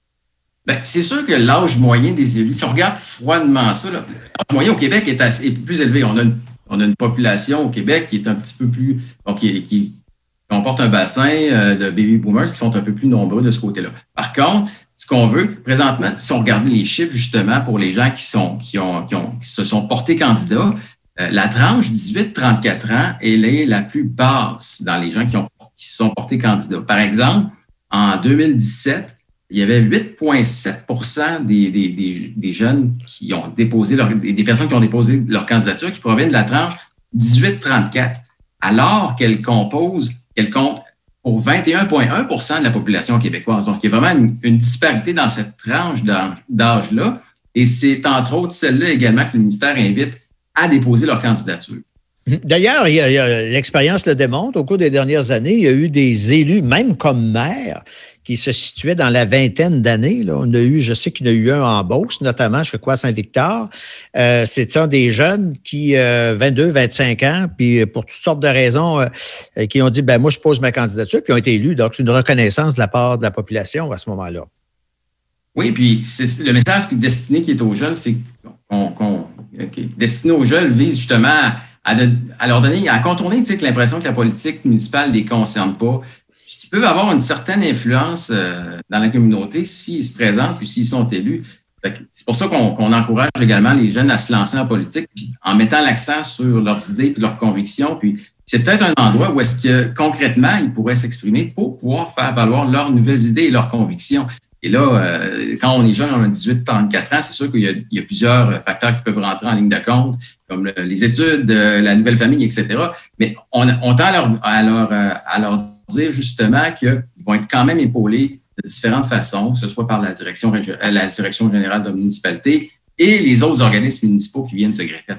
Bien, c'est sûr que l'âge moyen des élus, si on regarde froidement ça, là, l'âge moyen au Québec est, assez, est plus élevé. On a, une, on a une population au Québec qui est un petit peu plus... Donc, qui, qui comporte un bassin euh, de baby boomers qui sont un peu plus nombreux de ce côté-là. Par contre, ce qu'on veut, présentement, si on regarde les chiffres, justement, pour les gens qui sont qui ont qui, ont, qui se sont portés candidats, euh, la tranche dix-huit à trente-quatre ans, elle est la plus basse dans les gens qui ont qui se sont portés candidats. Par exemple, en deux mille dix-sept, il y avait huit virgule sept pour cent des, des, des, des jeunes qui ont déposé leur, des personnes qui ont déposé leur candidature qui proviennent de la tranche dix-huit à trente-quatre, alors qu'elle compose Elle compte pour vingt et un virgule un pour cent de la population québécoise. Donc, il y a vraiment une, une disparité dans cette tranche d'âge-là. Et c'est entre autres celle-là également que le ministère invite à déposer leur candidature. D'ailleurs, il y a, il y a, l'expérience le démontre. Au cours des dernières années, il y a eu des élus, même comme maire, qui se situaient dans la vingtaine d'années. Là. On a eu, je sais qu'il y en a eu un en Beauce, notamment, je crois, à Saint-Victor. Euh, c'est ça, des jeunes qui, euh, vingt-deux, vingt-cinq ans, puis pour toutes sortes de raisons, euh, qui ont dit, ben moi, je pose ma candidature, puis ont été élus. Donc, c'est une reconnaissance de la part de la population à ce moment-là. Oui, puis c'est, le message destiné qui est aux jeunes, c'est qu'on, qu'on okay, destiné aux jeunes vise justement à, à, de, à leur donner, à contourner, tu sais, que l'impression que la politique municipale ne les concerne pas. Ils peuvent avoir une certaine influence euh, dans la communauté s'ils se présentent puis s'ils sont élus. Fait que c'est pour ça qu'on, qu'on encourage également les jeunes à se lancer en politique puis en mettant l'accent sur leurs idées et leurs convictions. Puis c'est peut-être un endroit où est-ce que concrètement ils pourraient s'exprimer pour pouvoir faire valoir leurs nouvelles idées et leurs convictions. Et là, euh, quand on est jeune, on a dix-huit à trente-quatre ans, c'est sûr qu'il y a, il y a plusieurs facteurs qui peuvent rentrer en ligne de compte, comme le, les études, euh, la nouvelle famille, et cetera. Mais on, on tend à leur, à leur, à leur dire justement qu'ils vont être quand même épaulés de différentes façons, que ce soit par la direction, la direction générale de la municipalité et les autres organismes municipaux qui viennent se greffer.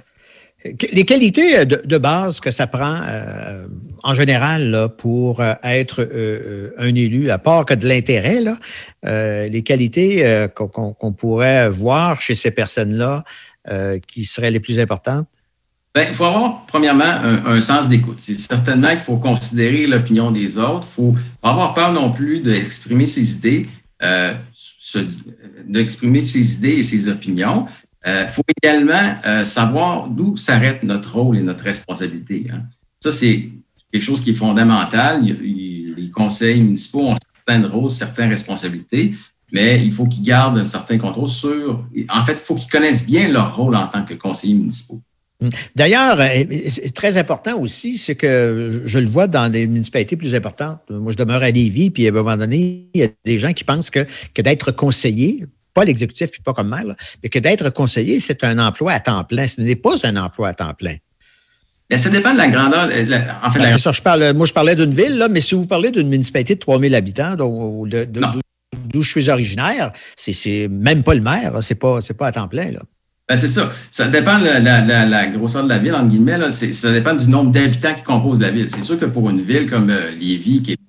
Les qualités de, de base que ça prend euh, en général là, pour euh, être euh, un élu, à part que de l'intérêt, là, euh, les qualités euh, qu'on, qu'on pourrait voir chez ces personnes-là euh, qui seraient les plus importantes? Bien, il faut avoir, premièrement, un, un sens d'écoute. C'est certainement qu'il faut considérer l'opinion des autres. Il ne faut pas avoir peur non plus d'exprimer ses idées, euh, se, d'exprimer ses idées et ses opinions. Il euh, faut également euh, savoir d'où s'arrête notre rôle et notre responsabilité. Hein. Ça, c'est quelque chose qui est fondamental. Il, il, les conseils municipaux ont certains rôles, certaines responsabilités, mais il faut qu'ils gardent un certain contrôle sur... En fait, il faut qu'ils connaissent bien leur rôle en tant que conseillers municipaux. D'ailleurs, c'est très important aussi, c'est que je le vois dans des municipalités plus importantes. Moi, je demeure à Lévis, puis à un moment donné, il y a des gens qui pensent que, que d'être conseiller, pas l'exécutif puis pas comme maire, là, mais que d'être conseiller, c'est un emploi à temps plein. Ce n'est pas un emploi à temps plein. Mais ça dépend de la grandeur. La, en fait, ben, la... c'est ça, je parle, moi, je parlais d'une ville, là, mais si vous parlez d'une municipalité de trois mille habitants, donc, de, de, d'où je suis originaire, c'est, c'est même pas le maire, c'est pas, c'est pas à temps plein, là. Ben c'est ça. Ça dépend de la, la, la, la grosseur de la ville, entre guillemets. Là, c'est, ça dépend du nombre d'habitants qui composent la ville. C'est sûr que pour une ville comme euh, Lévis, Québec,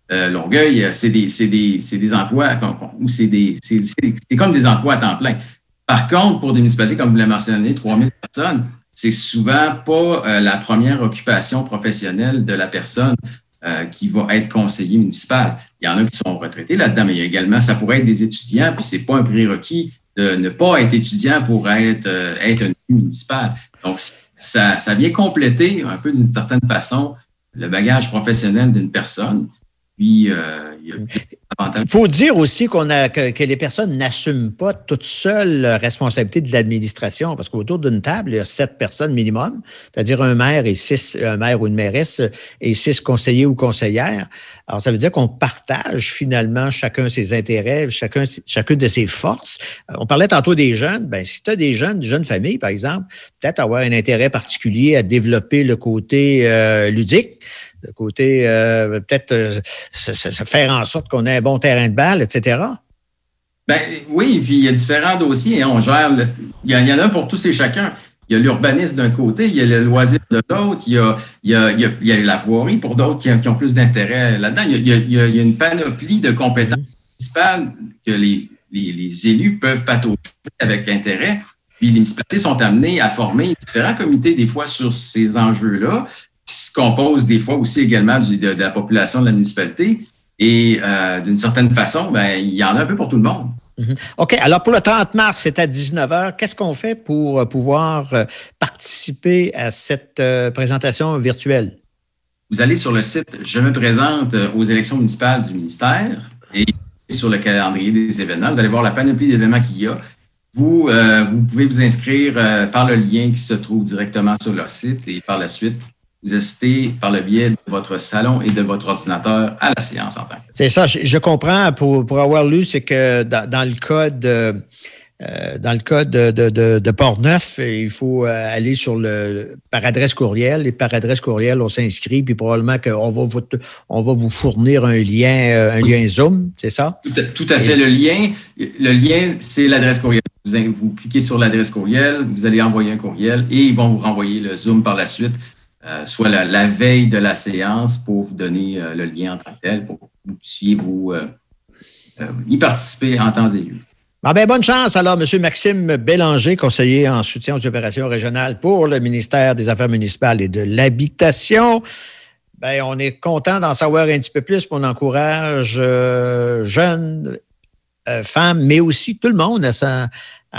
euh, Longueuil, c'est des, c'est des, c'est des emplois, ou c'est des, c'est, c'est, c'est comme des emplois à temps plein. Par contre, pour des municipalités, comme vous l'avez mentionné, trois mille personnes, c'est souvent pas euh, la première occupation professionnelle de la personne euh, qui va être conseiller municipal. Il y en a qui sont retraités là-dedans, mais il y a également, ça pourrait être des étudiants, puis c'est pas un prérequis de ne pas être étudiant pour être, euh, être un élu municipal. Donc, ça, ça vient compléter un peu d'une certaine façon le bagage professionnel d'une personne. Puis, euh, il y a avantages. Il faut dire aussi qu'on a que, que les personnes n'assument pas toutes seules la responsabilité de l'administration, parce qu'autour d'une table, il y a sept personnes minimum, c'est-à-dire un maire et six, un maire ou une mairesse et six conseillers ou conseillères. Alors, ça veut dire qu'on partage finalement chacun ses intérêts, chacun, chacune de ses forces. On parlait tantôt des jeunes. Ben, si tu as des jeunes, des jeunes familles, par exemple, peut-être avoir un intérêt particulier à développer le côté euh, ludique. Le côté, euh, peut-être, euh, ça, ça, ça faire en sorte qu'on ait un bon terrain de balle, et cetera. Ben oui, puis il y a différents dossiers. Hein, on gère, le, il, y en, il y en a pour tous et chacun. Il y a l'urbanisme d'un côté, il y a le loisir de l'autre, il y a, il y a, il y a, il y a la voirie pour d'autres qui, qui ont plus d'intérêt là-dedans. Il y a, il y a, il y a une panoplie de compétences municipales que les, les, les élus peuvent patauger avec intérêt. Puis les municipalités sont amenées à former différents comités, des fois, sur ces enjeux-là, qui se composent des fois aussi également du, de, de la population de la municipalité. Et euh, d'une certaine façon, ben, il y en a un peu pour tout le monde. Mm-hmm. OK. Alors, pour le trente mars, c'est à dix-neuf heures. Qu'est-ce qu'on fait pour euh, pouvoir euh, participer à cette euh, présentation virtuelle? Vous allez sur le site « Je me présente aux élections municipales du ministère » et sur le calendrier des événements. Vous allez voir la panoplie d'événements qu'il y a. Vous, euh, vous pouvez vous inscrire euh, par le lien qui se trouve directement sur leur site et par la suite, vous assistez par le biais de votre salon et de votre ordinateur à la séance en tant que. C'est ça, je, je comprends. Pour, pour avoir lu, c'est que dans, dans le cas de euh, dans le cas de, de, de, de Port-Neuf, il faut euh, aller sur le par adresse courriel et par adresse courriel, on s'inscrit, puis probablement qu'on va vous on va vous fournir un lien un lien Zoom, c'est ça? Tout à, tout à fait. Et... Le lien, le lien, c'est l'adresse courriel. Vous, vous cliquez sur l'adresse courriel, vous allez envoyer un courriel et ils vont vous renvoyer le Zoom par la suite. Euh, soit la, la veille de la séance pour vous donner euh, le lien en tant que tel, pour que vous puissiez vous euh, euh, y participer en temps et lieu. Ah ben, bonne chance alors, M. Maxime Bélanger, conseiller en soutien aux opérations régionales pour le ministère des Affaires municipales et de l'Habitation. Ben, on est content d'en savoir un petit peu plus, on encourage euh, jeunes, euh, femmes, mais aussi tout le monde à sa...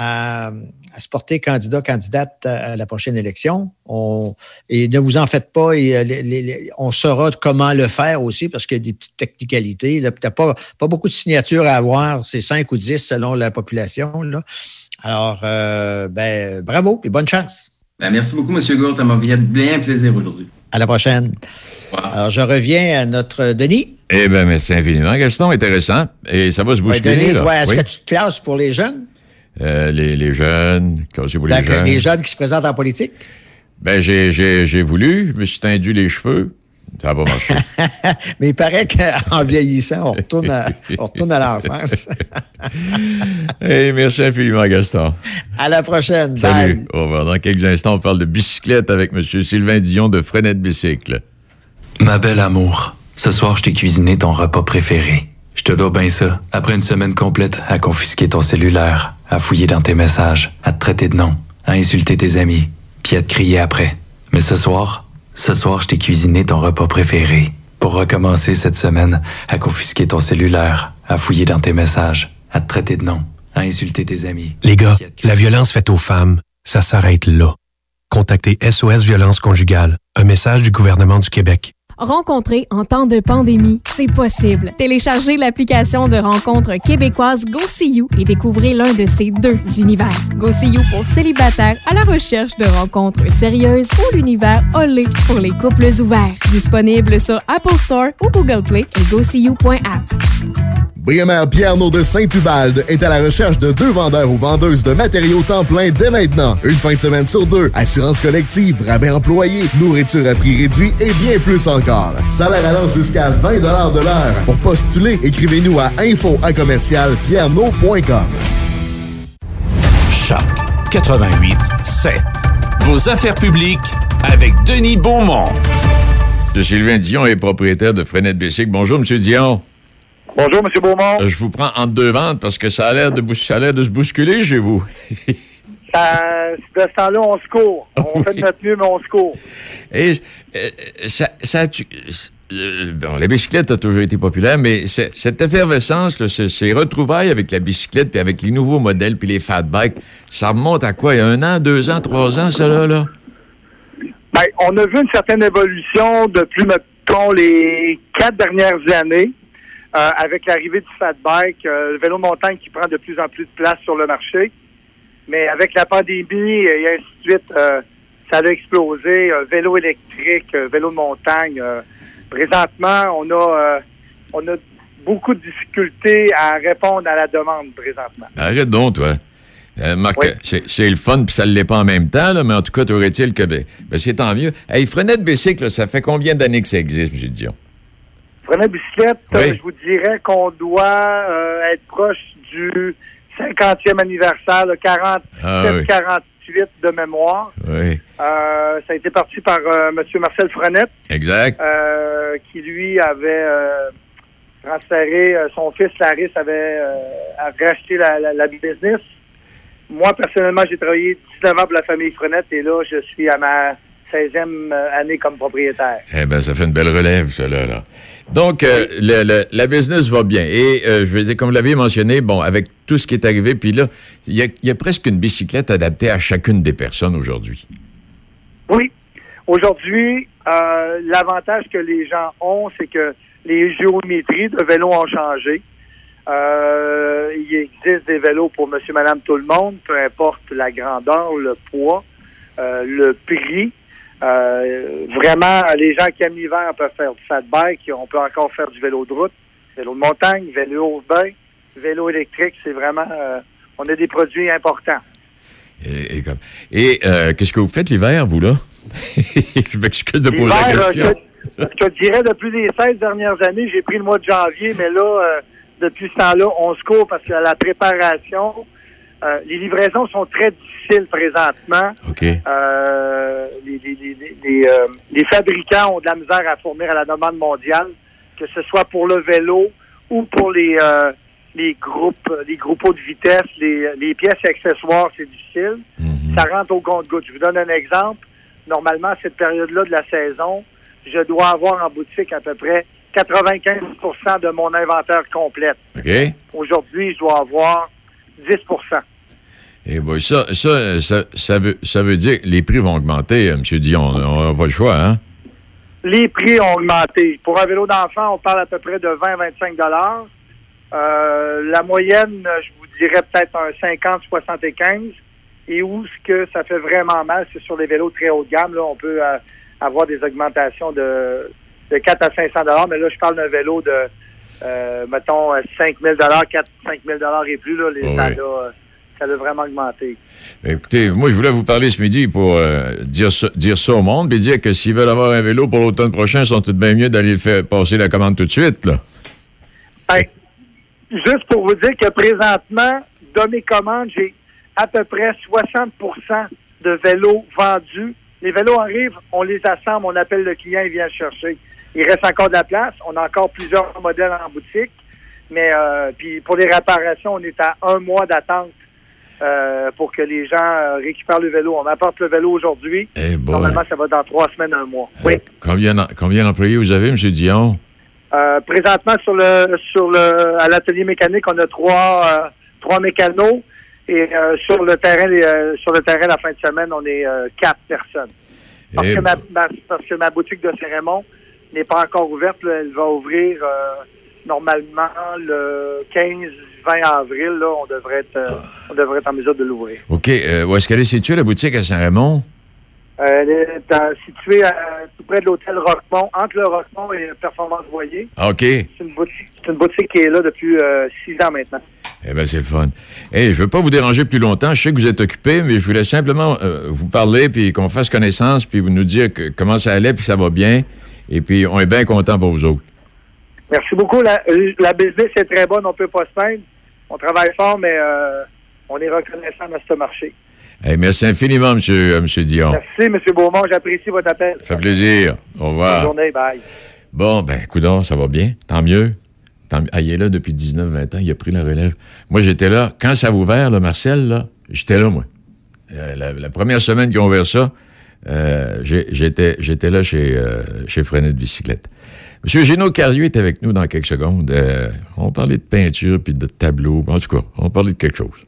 À, à se porter candidat, candidate à la prochaine élection. On, et ne vous en faites pas, et, les, les, on saura comment le faire aussi, parce qu'il y a des petites technicalités. Il n'y a pas, pas beaucoup de signatures à avoir, c'est cinq ou dix selon la population. Là. Alors, euh, ben, bravo et bonne chance. Ben, merci beaucoup, M. Gourde, ça m'a fait bien plaisir aujourd'hui. À la prochaine. Wow. Alors, je reviens à notre Denis. Eh bien, merci infiniment, Gaston, intéressant. Et ça va se bousculer, ouais, Denis, là. Toi, est-ce oui. que tu te classes pour les jeunes? Euh, les, les jeunes, classés pour les Donc, jeunes. Les jeunes qui se présentent en politique? Ben, j'ai, j'ai, j'ai voulu, je me suis tendu les cheveux. Ça va marcher. Mais il paraît qu'en vieillissant, on retourne à, on retourne à l'enfance. Hey, merci infiniment, Gaston. À la prochaine. Salut. Bye. Au revoir. Dans quelques instants, on parle de bicyclette avec M. Sylvain Dion de Frenette Bicycle. Ma belle amour, ce soir, je t'ai cuisiné ton repas préféré. Je te dois bien ça. Après une semaine complète à confisquer ton cellulaire, à fouiller dans tes messages, à te traiter de nom, à insulter tes amis, puis à te crier après. Mais ce soir, ce soir, je t'ai cuisiné ton repas préféré. Pour recommencer cette semaine à confisquer ton cellulaire, à fouiller dans tes messages, à te traiter de nom, à insulter tes amis. Les gars, la violence faite aux femmes, ça s'arrête là. Contactez S O S Violence Conjugale, un message du gouvernement du Québec. Rencontrer en temps de pandémie, c'est possible. Téléchargez l'application de rencontre québécoise GoSeeYou et découvrez l'un de ces deux univers. GoSeeYou pour célibataires à la recherche de rencontres sérieuses ou l'univers Olé pour les couples ouverts. Disponible sur Apple Store ou Google Play et go see you point app. B M R Pierno de Saint-Ubalde est à la recherche de deux vendeurs ou vendeuses de matériaux temps plein dès maintenant. Une fin de semaine sur deux, assurance collective, rabais employés, nourriture à prix réduit et bien plus encore. Salaire allant jusqu'à vingt dollars de l'heure. Pour postuler, écrivez-nous à info à commercial pierno point com. Choc quatre-vingt-huit sept. Vos affaires publiques avec Denis Beaumont. M. Sylvain Dion est propriétaire de Frenette Bicycle. Bonjour, M. Dion. Bonjour, M. Beaumont. Euh, je vous prends entre deux ventes parce que ça a l'air de, bous- ça a l'air de se bousculer chez vous. Ça, de ce temps-là, on se court. On fait de notre mieux, mais on se court. Et euh, ça, ça a-tu- euh, bon, la bicyclette a toujours été populaire, mais c'est- cette effervescence, là, ces, ces retrouvailles avec la bicyclette, puis avec les nouveaux modèles, puis les fat bikes, ça remonte à quoi? Il y a un an, deux ans, trois ans, ça là? là? Ben, on a vu une certaine évolution depuis, mettons, les quatre dernières années, euh, avec l'arrivée du fat bike, euh, le vélo de montagne qui prend de plus en plus de place sur le marché. Mais avec la pandémie et ainsi de suite, euh, ça a explosé. Euh, vélo électrique, euh, vélo de montagne. Euh, présentement, on a, euh, on a beaucoup de difficultés à répondre à la demande présentement. Arrête donc, toi. Euh, Marc, Oui. c'est, c'est le fun, puis ça ne l'est pas en même temps, là, mais en tout cas, t'aurais-il que... Ben, ben, c'est tant mieux. Hey, Frenette Bicycle, là, ça fait combien d'années que ça existe, M. Dion? Frenette Bicyclette, Oui. euh, je vous dirais qu'on doit euh, être proche du cinquantième anniversaire, le quarante-sept Ah, oui. quarante-huit de mémoire. Oui, Euh, ça a été parti par euh, M. Marcel Frenette, exact. euh, qui, lui, avait euh, transféré, euh, son fils, Laris, avait euh, a racheté la, la, la business. Moi, personnellement, j'ai travaillé dix-neuf ans pour la famille Frenette et là, je suis à ma seizième année comme propriétaire. Eh bien, ça fait une belle relève, ça, là. là. Donc, euh, le- le- la business va bien. Et, euh, je veux dire, comme vous l'aviez mentionné, bon, avec tout ce qui est arrivé, puis là, il y a, il y a presque une bicyclette adaptée à chacune des personnes aujourd'hui. Oui. Aujourd'hui, euh, l'avantage que les gens ont, c'est que les géométries de vélos ont changé. Euh, il existe des vélos pour monsieur, madame, tout le monde, peu importe la grandeur, le poids, euh, le prix. Euh, vraiment, les gens qui aiment l'hiver peuvent faire du fat bike. On peut encore faire du vélo de route, vélo de montagne, vélo urbain, vélo électrique. C'est vraiment... euh, on a des produits importants. Et, et comme- et, euh, qu'est-ce que vous faites l'hiver, vous, là? Je m'excuse de poser la L'hiver, question. euh, je, je te dirais, depuis les seize dernières années, j'ai pris le mois de janvier, mais là, euh, depuis ce temps-là, on se court parce que la préparation, euh, les livraisons sont très difficiles présentement. OK. Euh, les, les, les, les, les, euh, les fabricants ont de la misère à fournir à la demande mondiale, que ce soit pour le vélo ou pour les, euh, les groupes, les groupes de vitesse, les, les pièces accessoires, c'est difficile. Ça rentre au compte-gouttes. Je vous donne un exemple. Normalement, à cette période-là de la saison, je dois avoir en boutique à peu près quatre-vingt-quinze pour cent de mon inventaire complet. OK. Aujourd'hui, je dois avoir dix pour cent. Et bon, ça, ça, ça, ça, veut, ça veut dire que les prix vont augmenter, euh, M. Dion. On n'a pas le choix, hein? Les prix ont augmenté. Pour un vélo d'enfant, on parle à peu près de vingt à vingt-cinq dollars. Euh, la moyenne, je vous dirais peut-être un cinquante à soixante-quinze. Et où ce que ça fait vraiment mal, c'est sur les vélos très haut de gamme. Là, on peut euh, avoir des augmentations de, de quatre à cinq cents dollars. Mais là, je parle d'un vélo de, euh, mettons, cinq mille dollars, quatre à cinq mille dollars et plus. Là, les, Oh ça, oui. a, ça a vraiment augmenté. Écoutez, moi, je voulais vous parler ce midi pour euh, dire, ça, dire ça au monde, puis dire que s'ils veulent avoir un vélo pour l'automne prochain, ils sont tout de bien mieux d'aller le faire passer la commande tout de suite, là. Ben, juste pour vous dire que présentement, dans mes commandes, j'ai à peu près soixante pour cent de vélos vendus. Les vélos arrivent, on les assemble, on appelle le client, il vient le chercher. Il reste encore de la place. On a encore plusieurs modèles en boutique. Mais euh, puis pour les réparations, on est à un mois d'attente euh, pour que les gens euh, récupèrent le vélo. On apporte le vélo aujourd'hui. Eh boy. Normalement, ça va dans trois semaines, un mois. Oui. Combien, d'em- combien d'employés vous avez, M. Dion? Euh, présentement, sur le sur le à l'atelier mécanique, on a trois euh, trois mécanos. Et euh, sur le terrain, les, euh, sur le terrain, la fin de semaine, on est euh, quatre personnes. Parce, Eh que ma, ma- parce que ma boutique de Saint-Raymond n'est pas encore ouverte. Là, elle va ouvrir euh, normalement le quinze vingt avril. Là, on devrait être, euh, on devrait être en mesure de l'ouvrir. OK. Euh, où est-ce qu'elle est située, la boutique à Saint-Raymond? Euh, elle est euh, située à, tout près de l'hôtel Roquemont, entre le Roquemont et Performance Voyer. Ah, OK. C'est une boutique, c'est une boutique qui est là depuis euh, six ans maintenant. Eh bien, c'est le fun. Hey, je veux pas vous déranger plus longtemps. Je sais que vous êtes occupé, mais je voulais simplement euh, vous parler, puis qu'on fasse connaissance, puis vous nous dire que, comment ça allait, puis ça va bien. Et puis, on est bien content pour vous autres. Merci beaucoup. La, la business est très bonne, on peut pas se plaindre. On travaille fort, mais euh, on est reconnaissant dans ce marché. Hey, merci infiniment, M. Monsieur, euh, monsieur Dion. Merci, M. Beaumont. J'apprécie votre appel. Ça fait plaisir. Au revoir. Bonne journée. Bye. Bon, ben, coudonc, ça va bien. Tant mieux. Tant... Ah, il est là depuis dix-neuf vingt ans. Il a pris la relève. Moi, j'étais là. Quand ça a ouvert, là, Marcel, là, j'étais là, moi. Euh, la, la première semaine qu'ils ont ouvert ça, euh, j'ai, j'étais, j'étais là chez, euh, chez Freinet de bicyclette. M. Génaud Carieux est avec nous dans quelques secondes. Euh, on parlait de peinture puis de tableau. En tout cas, on parlait de quelque chose.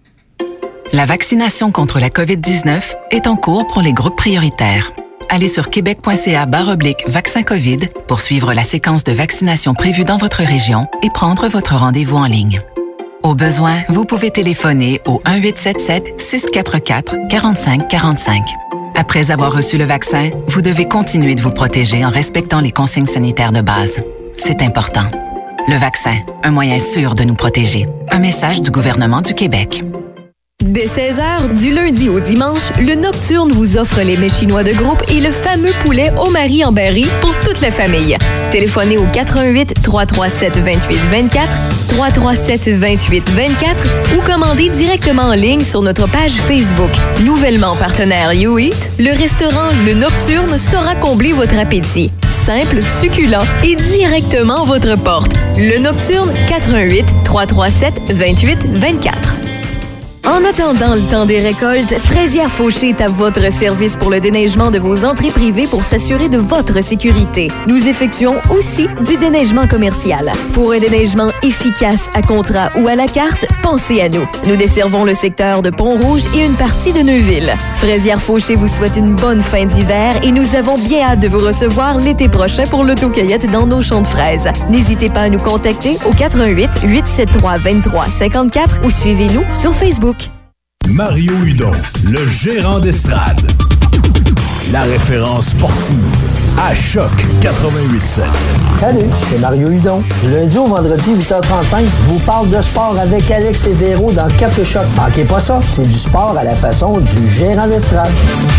La vaccination contre la covid dix-neuf est en cours pour les groupes prioritaires. Allez sur québec.ca barre oblique vaccin COVID pour suivre la séquence de vaccination prévue dans votre région et prendre votre rendez-vous en ligne. Au besoin, vous pouvez téléphoner au un huit sept sept six quatre quatre quatre cinq quatre cinq. Après avoir reçu le vaccin, vous devez continuer de vous protéger en respectant les consignes sanitaires de base. C'est important. Le vaccin, un moyen sûr de nous protéger. Un message du gouvernement du Québec. Dès seize heures, du lundi au dimanche, le Nocturne vous offre les mets chinois de groupe et le fameux poulet au mari en berry pour toute la famille. Téléphonez au quatre un huit trois trois sept deux huit deux quatre, trois trois sept deux huit deux quatre ou commandez directement en ligne sur notre page Facebook. Nouvellement partenaire YouEat, le restaurant Le Nocturne saura combler votre appétit. Simple, succulent et directement à votre porte. Le Nocturne, quatre un huit trois trois sept deux huit deux quatre. En attendant le temps des récoltes, Fraisière Fauché est à votre service pour le déneigement de vos entrées privées pour s'assurer de votre sécurité. Nous effectuons aussi du déneigement commercial. Pour un déneigement efficace à contrat ou à la carte, pensez à nous. Nous desservons le secteur de Pont-Rouge et une partie de Neuville. Fraisière Fauché vous souhaite une bonne fin d'hiver et nous avons bien hâte de vous recevoir l'été prochain pour l'autocueillette dans nos champs de fraises. N'hésitez pas à nous contacter au quatre un huit huit sept trois deux trois cinq quatre ou suivez-nous sur Facebook. Mario Hudon, le gérant d'estrade. La référence sportive à Choc quatre-vingt-huit sept. Salut, c'est Mario Hudon. Du lundi au vendredi, huit heures trente-cinq, je vous parle de sport avec Alex et Véro dans Café Choc. Manquez pas ça, c'est du sport à la façon du gérant d'estrade.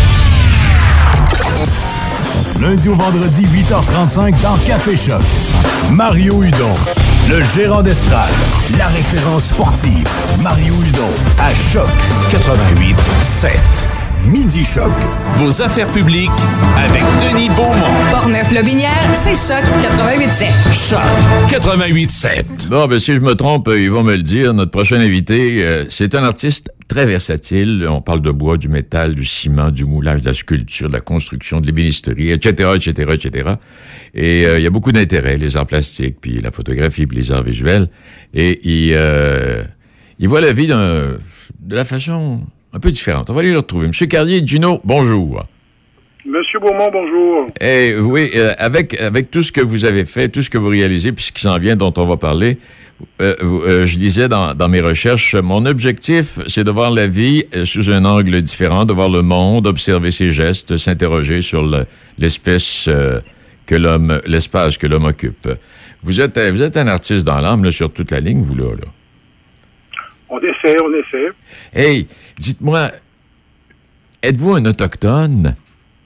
Lundi au vendredi, huit heures trente-cinq dans Café Choc. Mario Hudon, le gérant d'estrade. La référence sportive. Mario Hudon, à Choc quatre-vingt-huit sept. Midi Choc. Vos affaires publiques avec Denis Beaumont. Portneuf-Lobinière, c'est Choc quatre-vingt-huit sept. Choc quatre-vingt-huit sept. Bon, ben si je me trompe, ils vont me le dire. Notre prochain invité, euh, c'est un artiste très versatile. On parle de bois, du métal, du ciment, du moulage, de la sculpture, de la construction, de l'ébénisterie, et cetera, et cetera, et cetera. Et euh, il y a beaucoup d'intérêt, les arts plastiques, puis la photographie, puis les arts visuels. Et il, euh, il voit la vie d'un, de la façon un peu différente. On va aller le retrouver. Monsieur Carrier, Gino, bonjour. Monsieur Beaumont, bonjour. Eh oui, euh, avec, avec tout ce que vous avez fait, tout ce que vous réalisez, puis ce qui s'en vient, dont on va parler, euh, euh, je disais dans, dans mes recherches, mon objectif, c'est de voir la vie euh, sous un angle différent, de voir le monde, observer ses gestes, s'interroger sur le, l'espèce euh, que l'homme, l'espace que l'homme occupe. Vous êtes, vous êtes un artiste dans l'âme, là, sur toute la ligne, vous, là, là. On essaie, on essaie. Hey, dites-moi, êtes-vous un autochtone?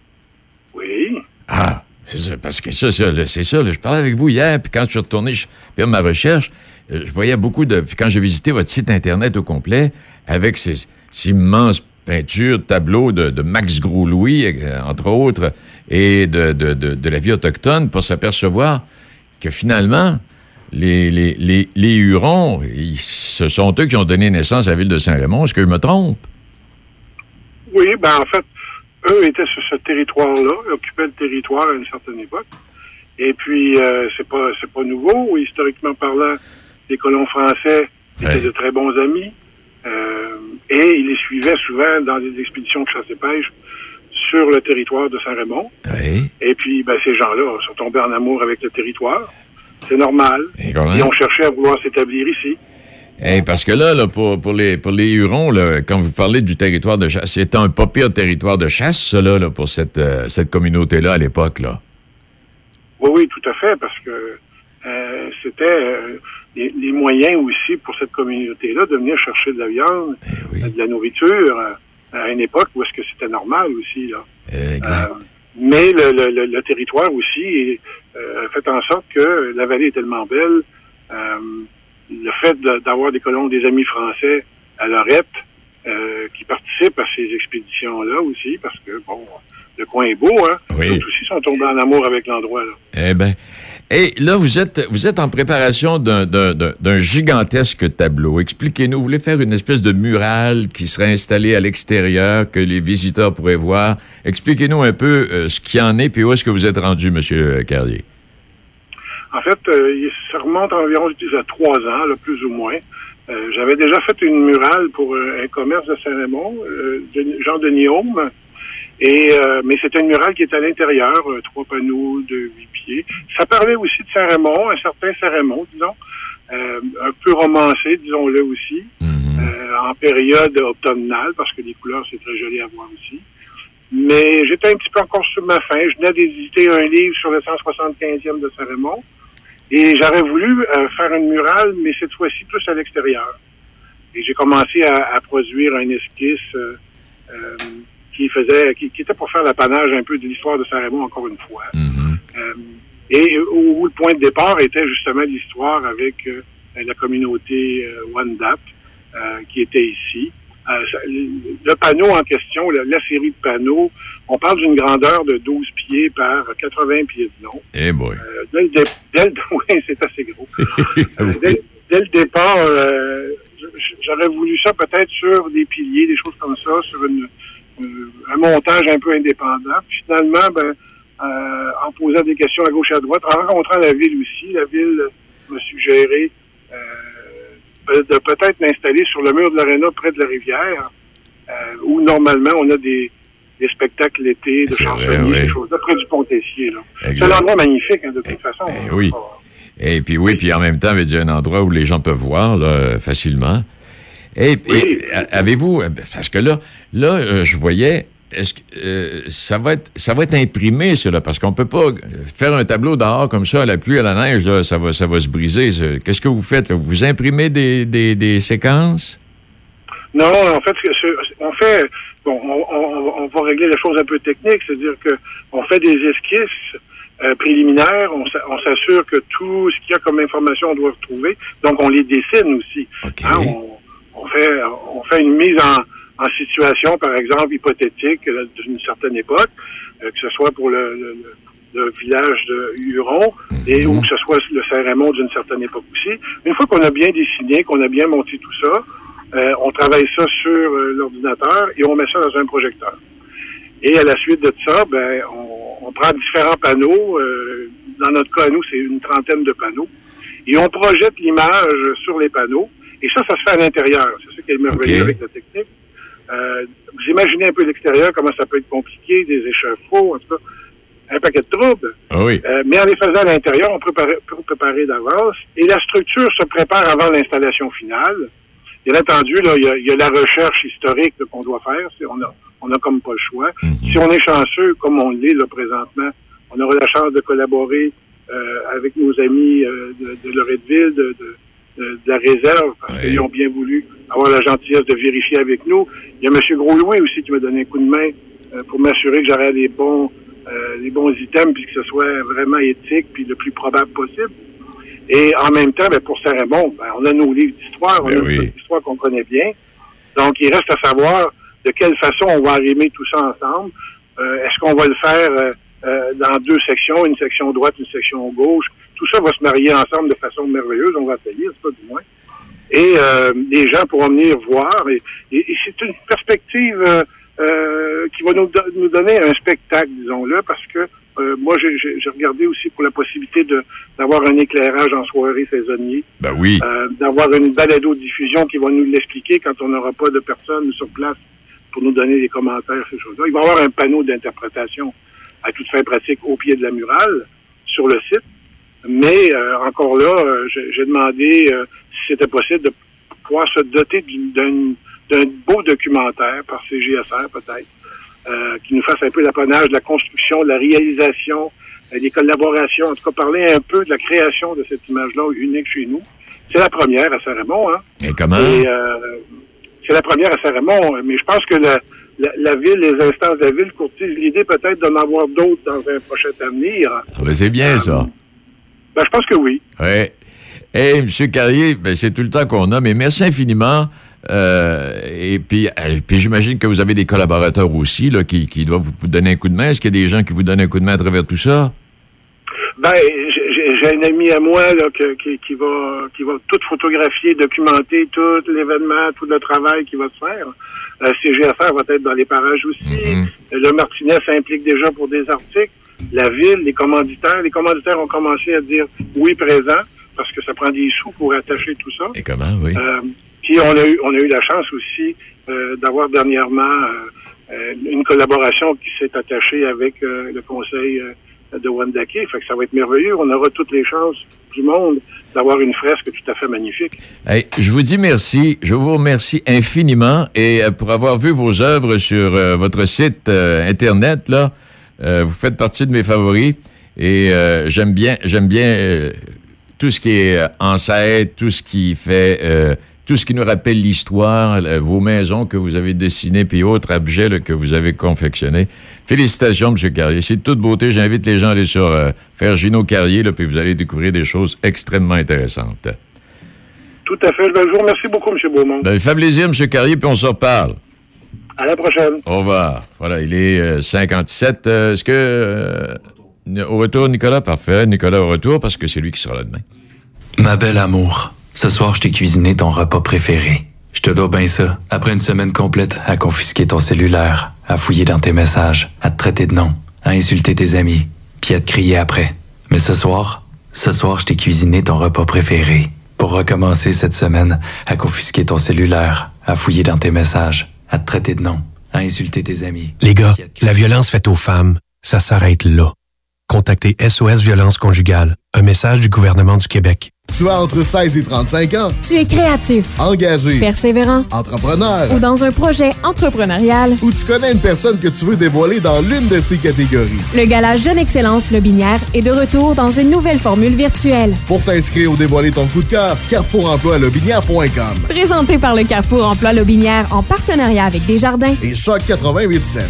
Oui. Ah, c'est ça, parce que ça, ça là, c'est ça. Là, je parlais avec vous hier, puis quand je suis retourné je, faire ma recherche, euh, je voyais beaucoup de... Puis quand j'ai visité votre site Internet au complet, avec ces, ces immenses peintures, tableaux de, de Max Gros-Louis, euh, entre autres, et de, de, de, de la vie autochtone, pour s'apercevoir que finalement... Les, les, les, les Hurons, ils, ce sont eux qui ont donné naissance à la ville de Saint-Raymond. Est-ce que je me trompe? Oui, ben en fait, eux étaient sur ce territoire-là, occupaient le territoire à une certaine époque. Et puis, euh, c'est pas c'est pas nouveau. Historiquement parlant, les colons français étaient ouais. de très bons amis. Euh, et ils les suivaient souvent dans des expéditions de chasse et pêche sur le territoire de Saint-Raymond. Ouais. Et puis, ben, ces gens-là sont tombés en amour avec le territoire. C'est normal. Ils ont cherché à vouloir s'établir ici. Hey, parce que là, là pour, pour, les, pour les Hurons, là, quand vous parlez du territoire de chasse, c'était un pas pire territoire de chasse, ça, là, là pour cette, euh, cette communauté-là à l'époque, là. Oui, oui, tout à fait, parce que euh, c'était euh, les, les moyens aussi pour cette communauté-là de venir chercher de la viande, eh oui. de la nourriture, euh, à une époque où est-ce que c'était normal aussi, là. Eh, exact. Euh, mais le, le, le, le territoire aussi est, euh, a fait en sorte que la vallée est tellement belle. Euh, le fait de, d'avoir des colons, des amis français à Lorette, euh, qui participent à ces expéditions-là aussi, parce que, bon, le coin est beau, hein? Oui. Les autres aussi sont tombés en amour avec l'endroit, là. Eh bien. Et là, vous êtes, vous êtes en préparation d'un, d'un, d'un, d'un gigantesque tableau. Expliquez-nous, vous voulez faire une espèce de murale qui serait installée à l'extérieur, que les visiteurs pourraient voir. Expliquez-nous un peu euh, ce qu'il y en est, puis où est-ce que vous êtes rendu, M. Carrier? En fait, euh, ça remonte environ, je dis, à trois ans, là, plus ou moins. Euh, j'avais déjà fait une murale pour euh, un commerce de Saint-Raymond, euh, de, Jean Denis Haume. Et, euh, mais c'était une murale qui était à l'intérieur, euh, trois panneaux de huit pieds. Ça parlait aussi de Saint-Raymond, un certain Saint-Raymond, disons, euh, un peu romancé, disons-le aussi, mm-hmm. euh, en période automnale, parce que les couleurs, c'est très joli à voir aussi. Mais j'étais un petit peu encore sur ma faim. Je venais d'éditer un livre sur le cent soixante-quinzième de Saint-Raymond, et j'aurais voulu euh, faire une murale, mais cette fois-ci plus à l'extérieur. Et j'ai commencé à, à produire un esquisse euh, euh, qui faisait, qui, qui était pour faire l'apanage un peu de l'histoire de Saint-Raymond encore une fois. Mm-hmm. Euh, et où, où le point de départ était justement l'histoire avec euh, la communauté euh, Wendat, euh, qui était ici. Euh, ça, le panneau en question, la, la série de panneaux, on parle d'une grandeur de douze pieds par quatre-vingts pieds de long. Eh hey boy. Euh, dès le dé, dès le, oui, c'est assez gros. euh, dès, dès le départ, euh, j'aurais voulu ça peut-être sur des piliers, des choses comme ça, sur une Euh, un montage un peu indépendant. Puis finalement, ben, euh, en posant des questions à gauche et à droite, en rencontrant la ville aussi, la ville m'a suggéré euh, de peut-être m'installer sur le mur de l'aréna près de la rivière, euh, où normalement on a des, des spectacles l'été, de chansonniers, ouais. Des choses là, près du Pont-Tessier. Là. C'est un endroit magnifique, hein, de toute façon. Eh, oui. Et puis oui, puis en même temps, c'est un endroit où les gens peuvent voir là, facilement. Et, oui. et avez-vous, parce que là, là, euh, je voyais, est-ce que euh, ça va être, ça va être imprimé, cela, parce qu'on peut pas faire un tableau dehors comme ça à la pluie, à la neige, là, ça va, ça va se briser. Qu'est-ce que vous faites? Là? Vous imprimez des, des, des séquences? Non, en fait, on fait, bon, on, on, on va régler les choses un peu techniques, c'est-à-dire que on fait des esquisses euh, préliminaires, on, on s'assure que tout ce qu'il y a comme information, on doit retrouver, donc on les dessine aussi. Okay. Hein, on, On fait, on fait une mise en, en situation, par exemple, hypothétique d'une certaine époque, euh, que ce soit pour le, le, le village de Huron, mm-hmm. et ou que ce soit le Saint-Raymond d'une certaine époque aussi. Une fois qu'on a bien dessiné, qu'on a bien monté tout ça, euh, on travaille ça sur euh, l'ordinateur et on met ça dans un projecteur. Et à la suite de ça, ben, on, on prend différents panneaux. Euh, dans notre cas, nous, c'est une trentaine de panneaux. Et on projette l'image sur les panneaux. Et ça, ça se fait à l'intérieur. C'est ça qui est merveilleux okay. avec la technique. Euh, vous imaginez un peu l'extérieur, comment ça peut être compliqué, des échafauds, en tout cas, un paquet de troubles. Ah oui. Euh, mais en les faisant à l'intérieur, on peut préparer, peut préparer d'avance. Et la structure se prépare avant l'installation finale. Bien entendu, là, il y a, il y a la recherche historique là, qu'on doit faire. C'est, on a, on a comme pas le choix. Mm-hmm. Si on est chanceux, comme on l'est là présentement, on aura la chance de collaborer euh, avec nos amis euh, de, de Loretteville, de, de de la réserve, parce ouais. qu'ils ont bien voulu avoir la gentillesse de vérifier avec nous. Il y a M. Gros-Louis aussi qui m'a donné un coup de main euh, pour m'assurer que j'aurais les bons euh, les bons items, puis que ce soit vraiment éthique, puis le plus probable possible. Et en même temps, ben, pour Saint-Raymond, ben, on a nos livres d'histoire, on ben a oui. notre histoire qu'on connaît bien. Donc, il reste à savoir de quelle façon on va arrimer tout ça ensemble. Euh, est-ce qu'on va le faire euh, euh, dans deux sections, une section droite, une section gauche? Tout ça va se marier ensemble de façon merveilleuse, on va essayer, c'est pas du moins. Et euh, les gens pourront venir voir. Et, et, et c'est une perspective euh, euh, qui va nous, do- nous donner un spectacle, disons-le, parce que euh, moi, j'ai, j'ai regardé aussi pour la possibilité de d'avoir un éclairage en soirée saisonnier. Ben oui. Euh, d'avoir une balado-diffusion qui va nous l'expliquer quand on n'aura pas de personnes sur place pour nous donner des commentaires, ces choses-là. Il va y avoir un panneau d'interprétation à toute fin pratique au pied de la murale, sur le site. Mais euh, encore là, euh, j'ai, j'ai demandé euh, si c'était possible de pouvoir se doter d'une, d'un, d'un beau documentaire par C G S R peut-être, euh, qui nous fasse un peu l'apanage de la construction, de la réalisation, euh, des collaborations, en tout cas parler un peu de la création de cette image-là unique chez nous. C'est la première à Saint-Raymond, hein. Et comment? Et, euh, c'est la première à Saint-Raymond, mais je pense que la, la, la ville, les instances de la ville courtisent l'idée peut-être d'en avoir d'autres dans un prochain avenir. Ah ben c'est bien euh, ça. Ben, je pense que oui. Oui. Et M. Carrier, ben, c'est tout le temps qu'on a, mais merci infiniment Euh, et puis, euh, puis j'imagine que vous avez des collaborateurs aussi là, qui, qui doivent vous donner un coup de main. Est-ce qu'il y a des gens qui vous donnent un coup de main à travers tout ça? Ben, j'ai, j'ai un ami à moi là, que, qui, qui va qui va tout photographier, documenter tout l'événement, tout le travail qui va se faire. Euh, C G F R va être dans les parages aussi. Mm-hmm. Le Martinet s'implique déjà pour des articles. La ville, les commanditaires. Les commanditaires ont commencé à dire oui présent, parce que ça prend des sous pour attacher tout ça. Et comment, oui. Euh, puis on a eu on a eu la chance aussi euh, d'avoir dernièrement euh, une collaboration qui s'est attachée avec euh, le conseil euh, de Wendake. Fait que ça va être merveilleux. On aura toutes les chances du monde d'avoir une fresque tout à fait magnifique. Hey, je vous dis merci. Je vous remercie infiniment. Et euh, pour avoir vu vos œuvres sur euh, votre site euh, Internet, là, euh, vous faites partie de mes favoris. Et euh, j'aime bien, j'aime bien euh, tout ce qui est ancêtre, tout ce qui fait... Euh, tout ce qui nous rappelle l'histoire, euh, vos maisons que vous avez dessinées, puis autres objets là, que vous avez confectionnés. Félicitations, M. Carrier. C'est de toute beauté. J'invite les gens à aller sur euh, faire Gino Carrier, là, puis vous allez découvrir des choses extrêmement intéressantes. Tout à fait. Ben, je vous remercie beaucoup, M. Beaumont. Ben, fait plaisir, M. Carrier, puis on se reparle. À la prochaine. Au revoir. Voilà, il est euh, cinquante-sept. Euh, est-ce que... Euh, au retour, Nicolas? Parfait. Nicolas au retour, parce que c'est lui qui sera là demain. Ma belle amour. Ce soir, je t'ai cuisiné ton repas préféré. Je te dois bien ça. Après une semaine complète à confisquer ton cellulaire, à fouiller dans tes messages, à te traiter de nom, à insulter tes amis, puis à te crier après. Mais ce soir, ce soir, je t'ai cuisiné ton repas préféré. Pour recommencer cette semaine à confisquer ton cellulaire, à fouiller dans tes messages, à te traiter de nom, à insulter tes amis. Les gars, la violence faite aux femmes, ça s'arrête là. Contactez S O S Violence Conjugale, un message du gouvernement du Québec. Tu as entre seize et trente-cinq ans. Tu es créatif, engagé, persévérant, entrepreneur ou dans un projet entrepreneurial, ou tu connais une personne que tu veux dévoiler dans l'une de ces catégories. Le Gala Jeune Excellence Lobinière est de retour dans une nouvelle formule virtuelle. Pour t'inscrire ou dévoiler ton coup de cœur, carrefour emploi lobinière point com. Présenté par le Carrefour Emploi Lobinière en partenariat avec Desjardins et Choc quatre-vingt-huit sept.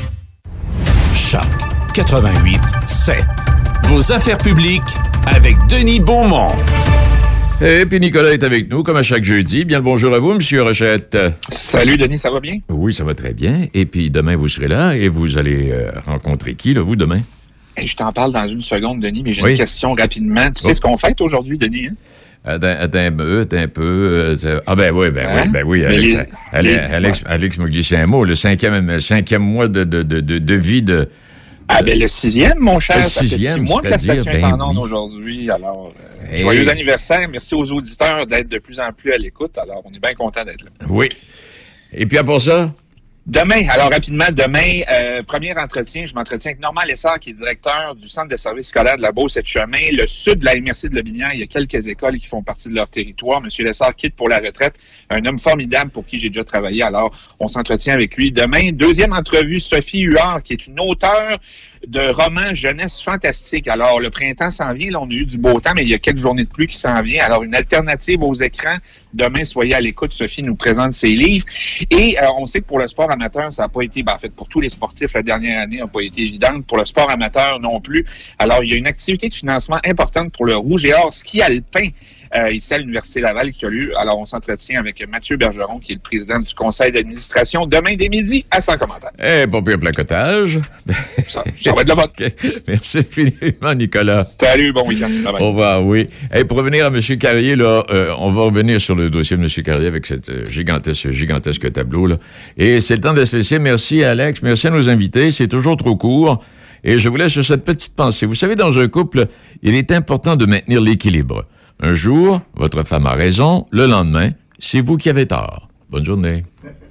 Choc quatre-vingt-huit sept. Vos affaires publiques avec Denis Beaumont. Et puis Nicolas est avec nous, comme à chaque jeudi. Bien le bonjour à vous, M. Rochette. Salut, Denis, ça va bien? Oui, ça va très bien. Et puis demain, vous serez là et vous allez euh, rencontrer qui, là, vous, demain? Hey, je t'en parle dans une seconde, Denis, mais j'ai oui. une question rapidement. Tu oh. sais ce qu'on fête aujourd'hui, Denis? Hein? Attends, attends un peu, attends un peu. Euh, ah ben oui, ben hein? oui, ben oui. Alex, les, Alex, les, Alex, ouais. Alex m'a glissé un mot. Le cinquième, cinquième mois de, de, de, de, de vie de... Ah ben le sixième, mon cher. Le sixième, ça fait six mois que la station ben est en onde oui. aujourd'hui. Alors, euh, hey. joyeux anniversaire. Merci aux auditeurs d'être de plus en plus à l'écoute. Alors, on est bien contents d'être là. Oui. Et puis, à part ça? Demain, alors rapidement, demain, euh, premier entretien, je m'entretiens avec Normand Lessard, qui est directeur du Centre de services scolaires de la Beauce et de Chemin. Le sud de la M R C de Lobinière, il y a quelques écoles qui font partie de leur territoire. Monsieur Lessard quitte pour la retraite, un homme formidable pour qui j'ai déjà travaillé. Alors, on s'entretient avec lui. Demain, deuxième entrevue, Sophie Huard, qui est une auteure de romans jeunesse fantastique. Alors, le printemps s'en vient. Là, on a eu du beau temps, mais il y a quelques journées de pluie qui s'en viennent. Alors, une alternative aux écrans. Demain, soyez à l'écoute. Sophie nous présente ses livres. Et euh, on sait que pour le sport amateur, ça n'a pas été, ben, en fait, pour tous les sportifs, la dernière année n'a pas été évidente. Pour le sport amateur non plus. Alors, il y a une activité de financement importante pour le Rouge et Or ski alpin. Euh, ici à l'Université Laval qui a lieu. Alors, on s'entretient avec Mathieu Bergeron, qui est le président du conseil d'administration, demain dès midi à cent commentaires. Eh, pas pire placotage. Ça, ça va être le vote. Merci infiniment, Nicolas. Salut, bon week-end. Bye bye. Au revoir, oui. Eh, pour revenir à M. Carrier, là, euh, on va revenir sur le dossier de M. Carrier avec cette euh, gigantesque, gigantesque tableau, là. Et c'est le temps de se laisser. Merci, Alex. Merci à nos invités. C'est toujours trop court. Et je vous laisse sur cette petite pensée. Vous savez, dans un couple, il est important de maintenir l'équilibre. Un jour, votre femme a raison. Le lendemain, c'est vous qui avez tort. Bonne journée.